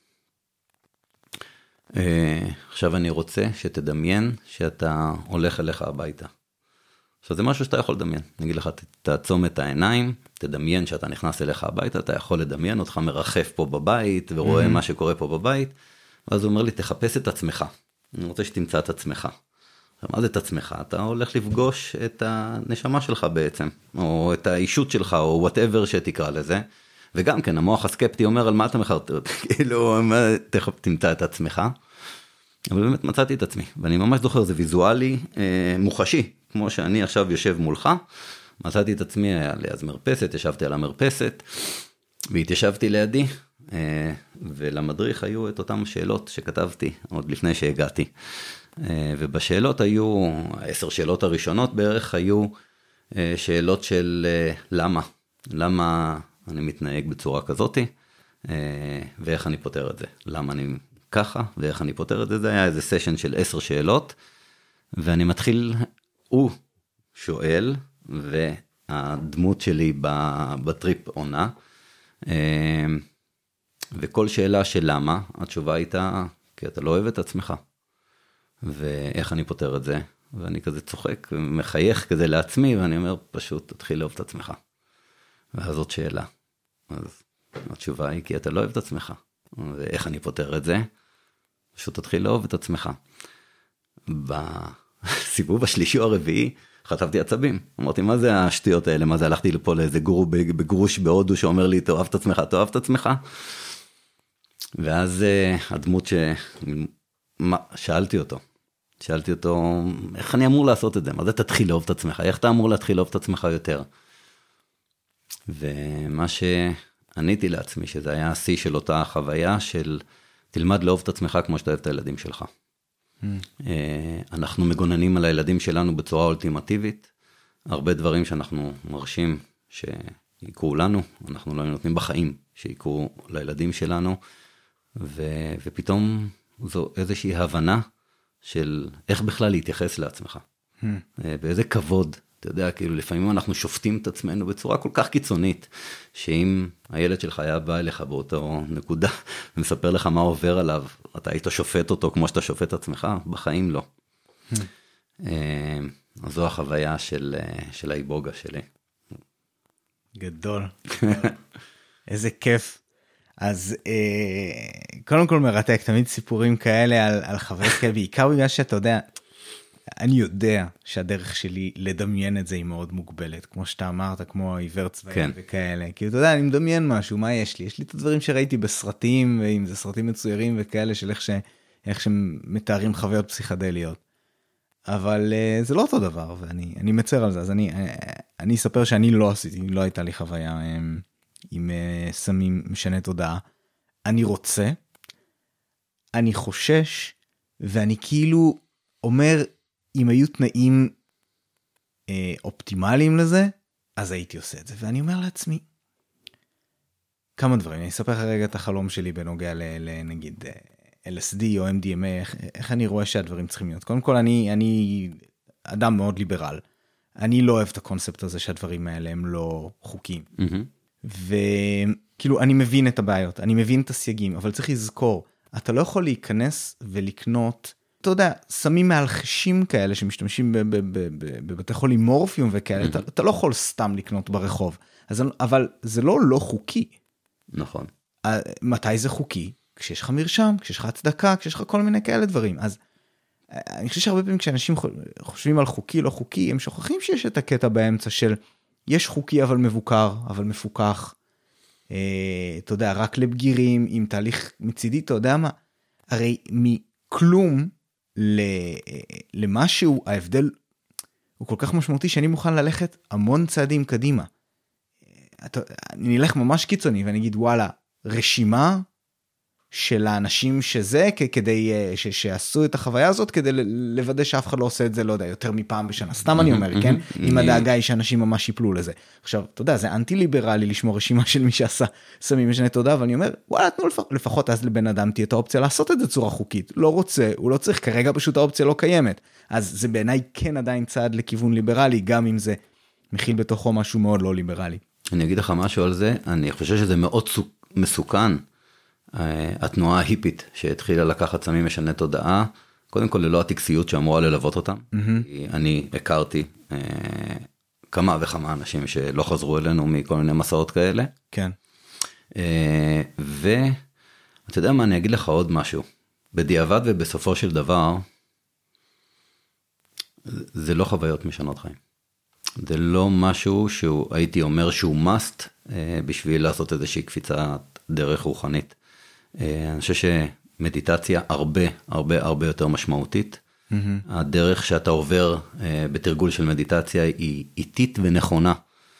עכשיו אני רוצה שתדמיין שאתה הולך אליך הביתה. עכשיו זה משהו שאתה יכול לדמיין, נגיד לך, תעצום את העיניים, תדמיין שאתה נכנס אליך הביתה, אתה יכול לדמיין אותך מרחף פה בבית, ורואה מה שקורה פה בבית, ואז הוא אומר לי, תחפש את עצמך, אני רוצה שתמצא את עצמך. מה זה את עצמך? אתה הולך לפגוש את הנשמה שלך בעצם, או את האישות שלך, או whatever שתקרא לזה, וגם כן, המוח הסקפטי אומר על מה אתה מחרטט, כאילו, תכף תמצא את עצמך, אבל באמת מצאתי את עצמי, ואני ממש זוכר, זה ויזואלי אה, מוחשי, כמו שאני עכשיו יושב מולך, מצאתי את עצמי, היה לי אז מרפסת, ישבתי על המרפסת, והתיישבתי לידי, אה, ולמדריך היו את אותם שאלות שכתבתי, עוד לפני שהגעתי, ובשאלות היו, עשר שאלות הראשונות בערך היו שאלות של למה, למה אני מתנהג בצורה כזאת, ואיך אני פותר את זה, למה אני ככה, ואיך אני פותר את זה, זה היה איזה סשן של עשר שאלות, ואני מתחיל, הוא שואל, והדמות שלי בטריפ עונה, וכל שאלה של למה, התשובה הייתה, כי אתה לא אוהב את עצמך. ואיך אני פותר את זה, ואני כזה צוחק ומחייך כזה לעצמי, ואני אומר, פשוט תתחיל לאהוב את עצמך. ואז עוד שאלה. אז התשובה היא, כי אתה לא אוהב את עצמך. ואיך אני פותר את זה? פשוט תתחיל לאהוב את עצמך. בסיבוב השלישי או הרביעי, חטפתי עצבים. אמרתי, מה זה השטויות האלה? מה זה? הלכתי לפה לאיזה גורו בגרוש בהודו, שאומר לי, תאהב את עצמך, תאהב את עצמך. ואז הדמות ש... שאלתי אותו. שאלתי אותו, איך אני אמור לעשות את זה? מה זה תתחיל לאהוב את עצמך? איך אתה אמור להתחיל לאהוב את עצמך יותר? ומה שעניתי לעצמי, שזה היה השיא של אותה חוויה של תלמד לאהוב את עצמך כמו שאתה אוהב את הילדים שלך. Mm. אנחנו מגוננים על הילדים שלנו בצורה אולטימטיבית. הרבה דברים שאנחנו מרשים שיקרו לנו, אנחנו לא נותנים בחיים שיקרו לילדים שלנו, ו... ופתאום זו איזושהי הבנה של איך בכלל להתייחס לעצמך. Hmm. באיזה כבוד, אתה יודע, כאילו לפעמים אנחנו שופטים את עצמנו בצורה כל כך קיצונית, שאם הילד שלך היה בא אליך באותו נקודה, ומספר לך מה עובר עליו, אתה היית שופט אותו כמו שאתה שופט את עצמך, בחיים לא. Hmm. אז זו החוויה של, של האיבוגה שלי. גדול. איזה כיף. אז אה, קודם כל מרתק, תמיד סיפורים כאלה על, על חברות כאלה, בעיקר בגלל שאתה יודע, אני יודע שהדרך שלי לדמיין את זה היא מאוד מוגבלת, כמו שאתה אמרת, כמו עיוור צבאי כן. וכאלה, כי אתה יודע, אני מדמיין משהו, מה יש לי? יש לי את הדברים שראיתי בסרטים, ואם זה סרטים מצוירים וכאלה, של איך, ש, איך שמתארים חוויות פסיכדליות. אבל אה, זה לא אותו דבר, ואני אני מצר על זה, אז אני, אני, אני אספר שאני לא עשיתי, לא הייתה לי חוויה... אה, עם uh, סמים משנה תודעה, אני רוצה, אני חושש, ואני כאילו אומר, אם היו תנאים uh, אופטימליים לזה, אז הייתי עושה את זה, ואני אומר לעצמי, כמה דברים, אני אספר לך רגע את החלום שלי בנוגע לנגיד אל אס די או אם די אם איי, איך, איך אני רואה שהדברים צריכים להיות. קודם כל, אני, אני אדם מאוד ליברל, אני לא אוהב את הקונספט הזה שהדברים האלה הם לא חוקיים. Mm-hmm. וכאילו אני מבין את הבעיות, אני מבין את הסייגים, אבל צריך לזכור, אתה לא יכול להיכנס ולקנות, אתה יודע, סמים מאלחשים כאלה שמשתמשים בבתי חולים מורפיום וכאלה, אתה, אתה לא יכול סתם לקנות ברחוב, אז, אבל זה לא לא חוקי. נכון. מתי זה חוקי? כשיש לך מרשם, כשיש לך הצדקה, כשיש לך כל מיני כאלה דברים. אז אני חושב שהרבה פעמים כשאנשים חושבים על חוקי, לא חוקי, הם שוכחים שיש את הקטע באמצע של יש חוקי אבל מבוקר, אבל מפוקח, אה, אתה יודע, רק לבגירים, עם תהליך מצידי, אתה יודע מה, הרי מכלום למשהו, ההבדל הוא כל כך משמעותי, שאני מוכן ללכת המון צעדים קדימה. אני נלך ממש קיצוני ואני אגיד וואלה, רשימה של האנשים שזה, כדי ש, שעשו את החוויה הזאת, כדי לוודא שאף אחד לא עושה את זה, לא יודע, יותר מפעם בשנה. סתם אני אומר, כן? אם הדאגה היא שאנשים ממש יפלו לזה. עכשיו, אתה יודע, זה אנטי-ליברלי לשמור רשימה של מי שעשה סמים משנה תודעה, ואני אומר, וואלה, תנו לפחות אז לבן אדם תהיה את האופציה לעשות את זה צורה חוקית. לא רוצה, הוא לא צריך, כרגע פשוט האופציה לא קיימת. אז זה בעיניי כן עדיין צעד לכיוון ליברלי, גם אם זה מכיל בתוכו משהו מאוד לא ליברלי. אני אגיד לך משהו על זה, אני חושב שזה מאוד מסוכן, התנועה ההיפית שהתחילה לקחת סמים משנה תודעה, קודם כל ללא הטקסיות שאמורה ללוות אותם. אני הכרתי כמה וכמה אנשים שלא חזרו אלינו מכל מיני מסעות כאלה. כן. ואתה יודע מה, אני אגיד לך עוד משהו. בדיעבד ובסופו של דבר, זה לא חוויות משנות חיים. זה לא משהו שהייתי אומר שהוא must בשביל לעשות איזושהי קפיצת דרך רוחנית. אני חושב שמדיטציה הרבה, הרבה, הרבה יותר משמעותית. Mm-hmm. הדרך שאתה עובר בתרגול של מדיטציה היא איטית ונכונה.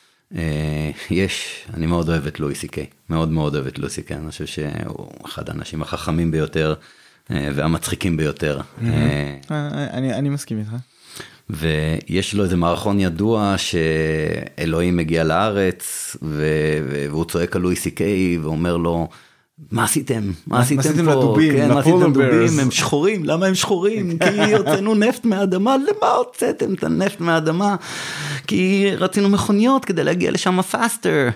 יש, אני מאוד אוהב את לואי סי קיי, מאוד מאוד אוהב את לואי סי קיי, אני חושב שהוא אחד האנשים החכמים ביותר והמצחיקים ביותר. Mm-hmm. אני, אני מסכים איתך. ויש לו איזה מערכון ידוע שאלוהים מגיע לארץ, והוא צועק על לואי סי קיי ואומר לו, מה עשיתם? מה עשיתם פה? לדובים, כן, מה עשיתם לדובים? הם שחורים, למה הם שחורים? כי הוצאנו נפט מהאדמה, למה הוצאתם את הנפט מהאדמה? כי רצינו מכוניות כדי להגיע לשם faster.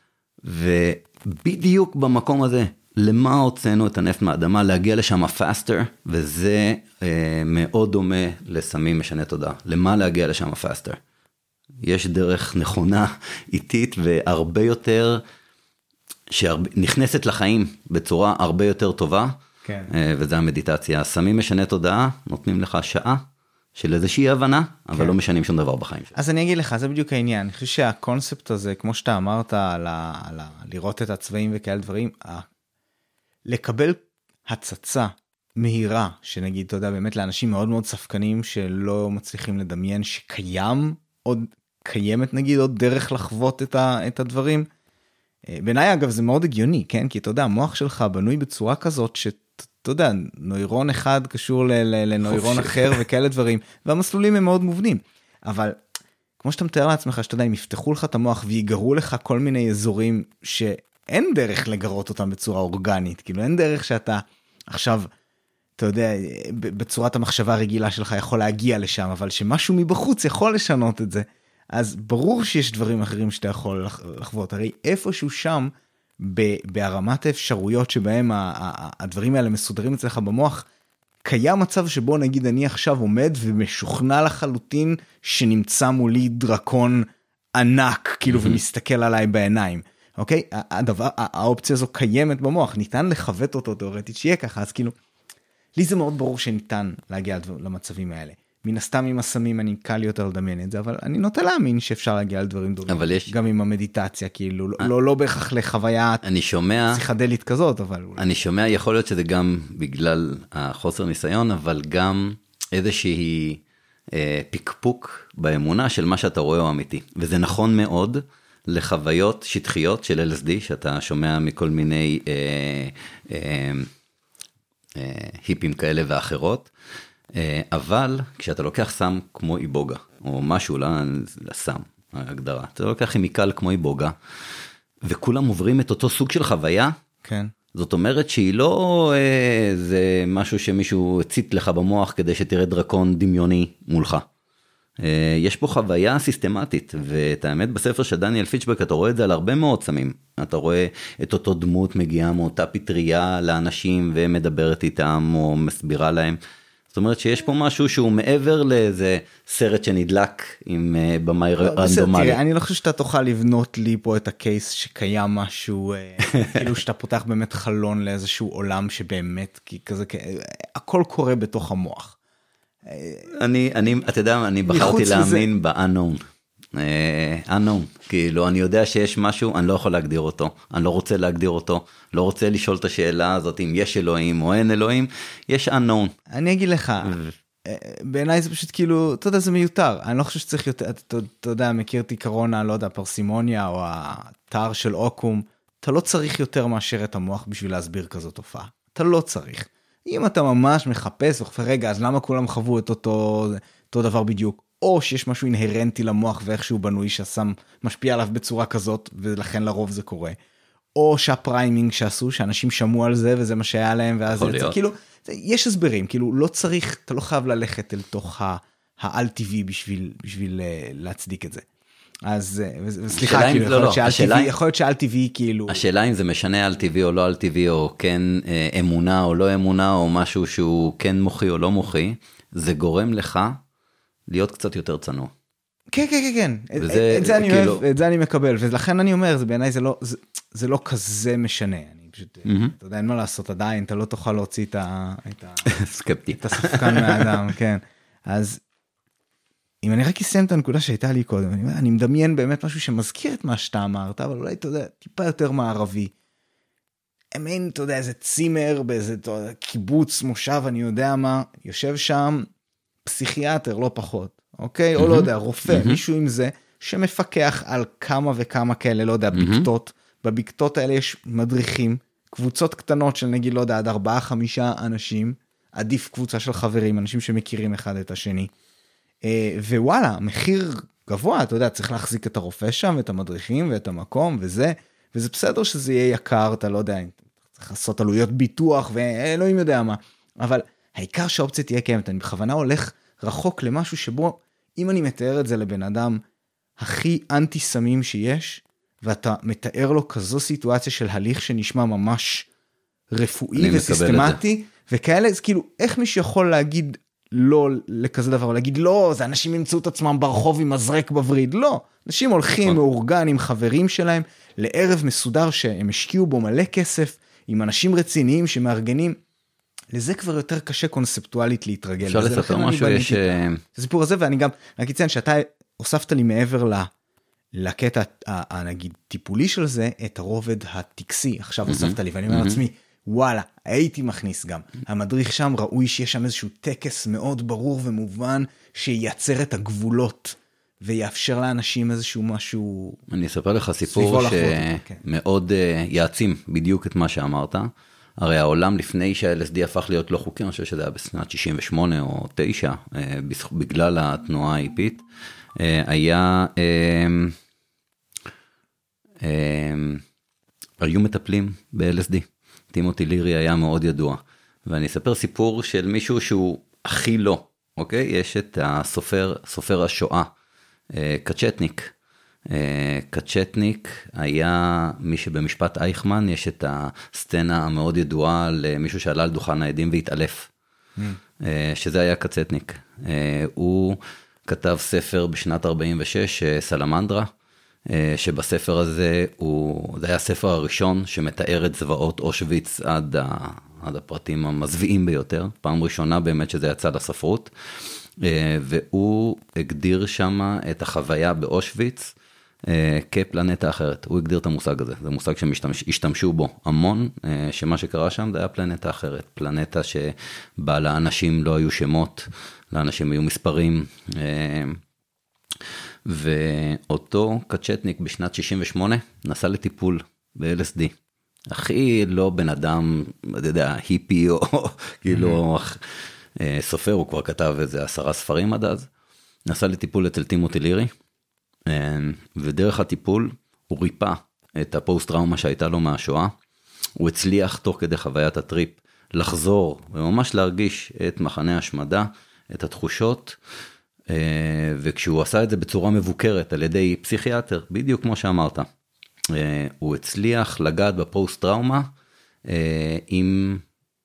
ובדיוק במקום הזה, למה הוצאנו את הנפט מהאדמה? להגיע לשם faster, וזה אה, מאוד דומה לסמים משנה תודעה. למה להגיע לשם faster? יש דרך נכונה, איטית, והרבה יותר שנכנסת לחיים בצורה הרבה יותר טובה, כן. וזה המדיטציה. הסמים משנה תודעה, נותנים לך שעה של איזושהי הבנה, אבל כן. לא משנים שום דבר בחיים. אז אני אגיד לך, זה בדיוק העניין. אני חושב שהקונספט הזה, כמו שאתה אמרת, על ה, על ה, לראות את הצבעים וכאלה דברים, ה, לקבל הצצה מהירה, שנגיד, אתה יודע, באמת לאנשים מאוד מאוד ספקנים, שלא מצליחים לדמיין שקיים, עוד קיימת נגיד, עוד דרך לחוות את, ה, את הדברים, בעיניי אגב זה מאוד הגיוני, כן? כי אתה יודע, המוח שלך בנוי בצורה כזאת שאתה יודע, נוירון אחד קשור לנוירון אחר וכאלה דברים, והמסלולים הם מאוד מובנים. אבל כמו שאתה מתאר לעצמך, שאתה יודע, הם יפתחו לך את המוח ויגרו לך כל מיני אזורים שאין דרך לגרות אותם בצורה אורגנית, כאילו אין דרך שאתה עכשיו, אתה יודע, בצורת המחשבה הרגילה שלך יכול להגיע לשם, אבל שמשהו מבחוץ יכול לשנות את זה. אז ברור שיש דברים אחרים שאתה יכול לחוות, הרי איפשהו שם, בהרמת האפשרויות שבהם הדברים האלה מסודרים אצלך במוח, קיים מצב שבו נגיד אני עכשיו עומד ומשוכנע לחלוטין שנמצא מולי דרקון ענק, כאילו ומסתכל עליי בעיניים, אוקיי? הדבר, האופציה הזו קיימת במוח, ניתן לחוות אותו תיאורטית שיהיה ככה, אז כאילו, לי זה מאוד ברור שניתן להגיע למצבים האלה. מן הסתם עם הסמים אני קל לי יותר לדמיין את זה, אבל אני נוטה להאמין שאפשר להגיע לדברים דומים. אבל יש... גם עם המדיטציה, כאילו, לא, לא, לא בהכרח לחוויה פסיכדלית כזאת, אבל... אני שומע, יכול להיות שזה גם בגלל החוסר ניסיון, אבל גם איזושהי אה, פיקפוק באמונה של מה שאתה רואה הוא אמיתי. וזה נכון מאוד לחוויות שטחיות של אל אס די, שאתה שומע מכל מיני אה, אה, אה, היפים כאלה ואחרות, אבל כשאתה לוקח סם כמו איבוגה, או משהו לסם, ההגדרה, אתה לוקח כימיקל כמו איבוגה, וכולם עוברים את אותו סוג של חוויה, כן. זאת אומרת שהיא לא אה, זה משהו שמישהו הצית לך במוח כדי שתראה דרקון דמיוני מולך. אה, יש פה חוויה סיסטמטית, ואת האמת בספר של דניאל פיטצ'ברג אתה רואה את זה על הרבה מאוד סמים. אתה רואה את אותו דמות מגיעה מאותה פטריה לאנשים ומדברת איתם או מסבירה להם. זאת אומרת שיש פה משהו שהוא מעבר לאיזה סרט שנדלק עם במאי רנדומלי. תראה, אני לא חושב שאתה תוכל לבנות לי פה את הקייס שקיים משהו, כאילו שאתה פותח באמת חלון לאיזשהו עולם שבאמת, כי כזה, הכל קורה בתוך המוח. אני, אני, אתה יודע, אני בחרתי להאמין ב-unknown. unknown, כאילו אני יודע שיש משהו, אני לא יכול להגדיר אותו, אני לא רוצה להגדיר אותו, לא רוצה לשאול את השאלה הזאת אם יש אלוהים או אין אלוהים, יש unknown. אני אגיד לך, בעיניי זה פשוט כאילו, אתה יודע, זה מיותר. אני לא חושב שצריך יותר, אתה, אתה יודע, מכיר אותי קורונה, לא יודע, פרסימוניה, או האתר של אוקום, אתה לא צריך יותר מאשר את המוח בשביל להסביר כזו תופעה. אתה לא צריך. אם אתה ממש מחפש, רגע, אז למה כולם חוו את אותו, אותו דבר בדיוק? או שיש משהו אינהרנטי למוח ואיכשהו בנוי שהסם משפיע עליו בצורה כזאת, ולכן לרוב זה קורה. או שהפריימינג שעשו, שאנשים שמעו על זה, וזה מה שהיה להם, ואז זה, זה כאילו, זה, יש הסברים, כאילו, לא צריך, אתה לא חייב ללכת אל תוך העל-טבעי בשביל, בשביל להצדיק את זה. אז, סליחה, כאילו, יכול להיות שעל-טבעי, יכול להיות שעל-טבעי, כאילו... השאלה אם זה משנה על-טבעי או לא על-טבעי, או כן אמונה או לא אמונה, או משהו שהוא כן מוחי או לא מוחי, זה גורם לך להיות קצת יותר צנוע. כן, כן, כן, כן. וזה, את זה אני כאילו... אוהב, את זה אני מקבל, ולכן אני אומר, זה בעיניי זה לא, זה, זה לא כזה משנה. אני פשוט, mm-hmm. אתה יודע, אין מה לעשות עדיין, אתה לא תוכל להוציא את ה... סקפטי. את הספקן מהאדם, כן. אז, אם אני רק אסיים את הנקודה שהייתה לי קודם, אני, אני מדמיין באמת משהו שמזכיר את מה שאתה אמרת, אבל אולי, אתה יודע, טיפה יותר מערבי. אמין, אתה יודע, איזה צימר, באיזה יודע, קיבוץ, מושב, אני יודע מה, יושב שם פסיכיאטר, לא פחות. אוקיי? או לא יודע, רופא, מישהו עם זה, שמפקח על כמה וכמה כאלה, לא יודע, בקתות. בבקתות האלה יש מדריכים, קבוצות קטנות של נגיד, לא יודע, עד ארבעה, חמישה אנשים, עדיף קבוצה של חברים, אנשים שמכירים אחד את השני. ווואלה, מחיר גבוה, אתה יודע, צריך להחזיק את הרופא שם, ואת המדריכים, ואת המקום, וזה, וזה בסדר שזה יהיה יקר, אתה לא יודע, צריך לעשות עלויות ביטוח, ואלוהים יודע מה. אבל העיקר שהאופציה תהיה קיימת, אני בכוונה הולך רחוק למשהו שבו, אם אני מתאר את זה לבן אדם הכי אנטי סמים שיש, ואתה מתאר לו כזו סיטואציה של הליך שנשמע ממש רפואי וסיסטמטי, וכאלה, אז כאילו, איך מישהו יכול להגיד לא לכזה דבר, להגיד לא, זה אנשים ימצאו את עצמם ברחוב עם מזרק בווריד, לא, אנשים הולכים מאורגן עם חברים שלהם, לערב מסודר שהם השקיעו בו מלא כסף, עם אנשים רציניים שמארגנים, לזה כבר יותר קשה קונספטואלית להתרגל. אפשר לספר משהו, יש... הסיפור הזה, ואני גם, רק אציין שאתה הוספת לי מעבר לקטע, נגיד, טיפולי של זה, את הרובד הטקסי, עכשיו הוספת לי, ואני אומר לעצמי, וואלה, הייתי מכניס גם. המדריך שם ראוי שיש שם איזשהו טקס מאוד ברור ומובן, שייצר את הגבולות, ויאפשר לאנשים איזשהו משהו... אני אספר לך סיפור שמאוד יעצים בדיוק את מה שאמרת. הרי העולם לפני שה-אל אס די הפך להיות לא חוקי, אני חושב שזה היה בשנת שישים ושמונה או תשע, בגלל התנועה האיפית, היה, היו מטפלים ב-אל אס די. טימותי לירי היה מאוד ידוע. ואני אספר סיפור של מישהו שהוא הכי לא, אוקיי? יש את הסופר, סופר השואה, קצ'טניק. קצ'טניק היה מי שבמשפט אייכמן, יש את הסצנה המאוד ידועה למישהו שעלה על דוכן העדים והתעלף, שזה היה קצ'טניק. הוא כתב ספר בשנת ארבעים ושש, סלמנדרה, שבספר הזה, הוא, זה היה הספר הראשון שמתאר את זוועות אושוויץ עד, ה, עד הפרטים המזוויעים ביותר, פעם ראשונה באמת שזה יצא לספרות, והוא הגדיר שם את החוויה באושוויץ, כפלנטה אחרת, הוא הגדיר את המושג הזה, זה מושג שהשתמשו בו המון, שמה שקרה שם זה היה פלנטה אחרת, פלנטה שבה לאנשים לא היו שמות, לאנשים היו מספרים, ואותו קצ'טניק בשנת שישים ושמונה נסע לטיפול ב-אל אס די, הכי לא בן אדם, אתה יודע, היפי או כאילו סופר, הוא כבר כתב איזה עשרה ספרים עד אז, נסע לטיפול אצל טימותי לירי, ודרך הטיפול הוא ריפא את הפוסט-טראומה שהייתה לו מהשואה, הוא הצליח תוך כדי חוויית הטריפ לחזור וממש להרגיש את מחנה השמדה, את התחושות, וכשהוא עשה את זה בצורה מבוקרת על ידי פסיכיאטר, בדיוק כמו שאמרת, הוא הצליח לגעת בפוסט-טראומה עם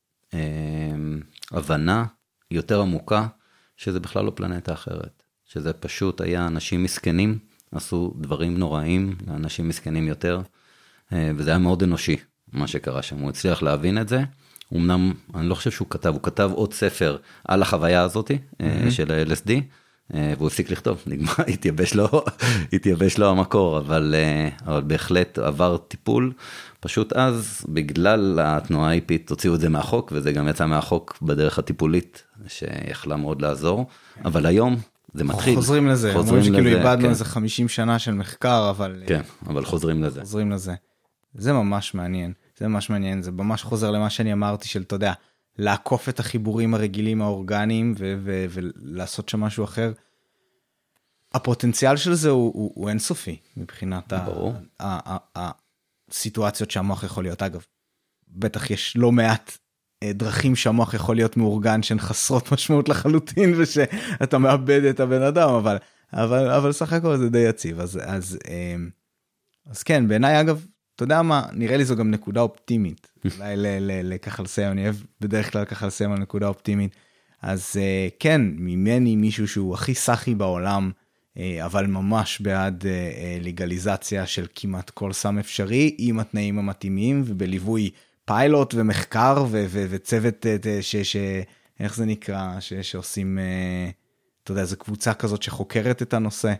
הבנה יותר עמוקה, שזה בכלל לא פלנטה אחרת, שזה פשוט היה אנשים מסכנים, עשו דברים נוראים לאנשים מסכנים יותר, וזה היה מאוד אנושי, מה שקרה שם. הוא הצליח להבין את זה, אמנם אני לא חושב שהוא כתב, הוא כתב עוד ספר על החוויה הזאת, mm-hmm. של ה-אל אס די, והוא הפסיק לכתוב, נגמר, התייבש לו, התייבש לו המקור, אבל, אבל בהחלט עבר טיפול, פשוט אז, בגלל התנועה ההיפית, הוציאו את זה מהחוק, וזה גם יצא מהחוק בדרך הטיפולית, שיכלה מאוד לעזור, אבל היום זה מתחיל. חוזרים לזה, אומרים שכאילו איבדנו איזה חמישים שנה של מחקר, אבל... כן, אבל חוזרים לזה. חוזרים לזה. זה ממש מעניין, זה ממש מעניין, זה ממש חוזר למה שאני אמרתי של, אתה יודע, לעקוף את החיבורים הרגילים האורגניים ו- ו- ולעשות שם משהו אחר. הפוטנציאל של זה הוא, הוא, הוא אינסופי מבחינת ה- ה- ה- הסיטואציות שהמוח יכול להיות. אגב, בטח יש לא מעט דרכים שהמוח יכול להיות מאורגן שהן חסרות משמעות לחלוטין ושאתה מאבד את הבן אדם, אבל, אבל, אבל סך הכל זה די יציב. אז, אז, אז כן, בעיניי אגב, אתה יודע מה, נראה לי זו גם נקודה אופטימית, אולי לככה לסיים, אני אוהב בדרך כלל ככה לסיים על נקודה אופטימית, אז כן, ממני מישהו שהוא הכי סחי בעולם, אבל ממש בעד לגליזציה של כמעט כל סם אפשרי, עם התנאים המתאימים, ובליווי פיילוט ומחקר, ו- ו- וצוות, ש- ש- איך זה נקרא, ש- שעושים, אתה יודע, זו קבוצה כזאת שחוקרת את הנושא,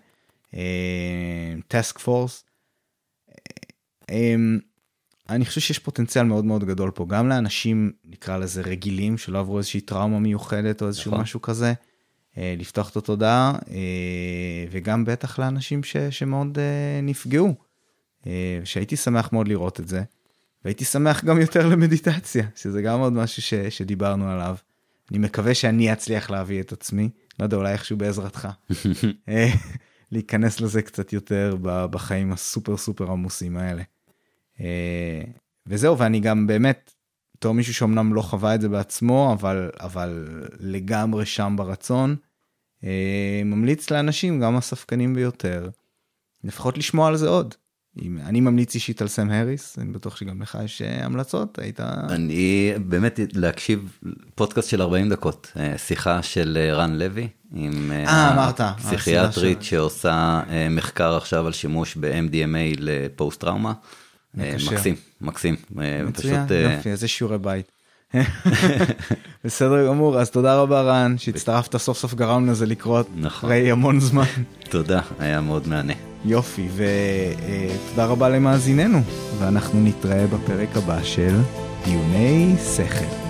טסק פורס, אני חושב שיש פוטנציאל מאוד מאוד גדול פה, גם לאנשים, נקרא לזה רגילים, שלא עברו איזושהי טראומה מיוחדת, או איזשהו משהו כזה, לפתוח את התודעה, וגם בטח לאנשים ש, שמאוד נפגעו, שהייתי שמח מאוד לראות את זה, והייתי שמח גם יותר למדיטציה, שזה גם עוד משהו ש, שדיברנו עליו. אני מקווה שאני אצליח להביא את עצמי, לא יודע, אולי איכשהו בעזרתך, להיכנס לזה קצת יותר בחיים הסופר סופר עמוסים האלה. וזהו, ואני גם באמת, בתור מישהו שאומנם לא חווה את זה בעצמו, אבל, אבל לגמרי שם ברצון, ממליץ לאנשים, גם הספקנים ביותר, לפחות לשמוע על זה עוד. אני ממליץ אישית על סם הריס, אני בטוח שגם לך יש המלצות, היית... אני באמת להקשיב פודקאסט של ארבעים דקות, שיחה של רן לוי, עם פסיכיאטרית שעושה מחקר עכשיו על שימוש ב-אם די אם איי לפוסט טראומה, מקסים, מקסים. מצוין, יופי, איזה שיעורי בית. בסדר גמור, אז תודה רבה רן, שהצטרפת סוף סוף גרם לזה לקרות אחרי המון זמן. תודה, היה מאוד מענה. יופי, ותודה רבה למאזיננו, ואנחנו נתראה בפרק הבא של דיוני שכל.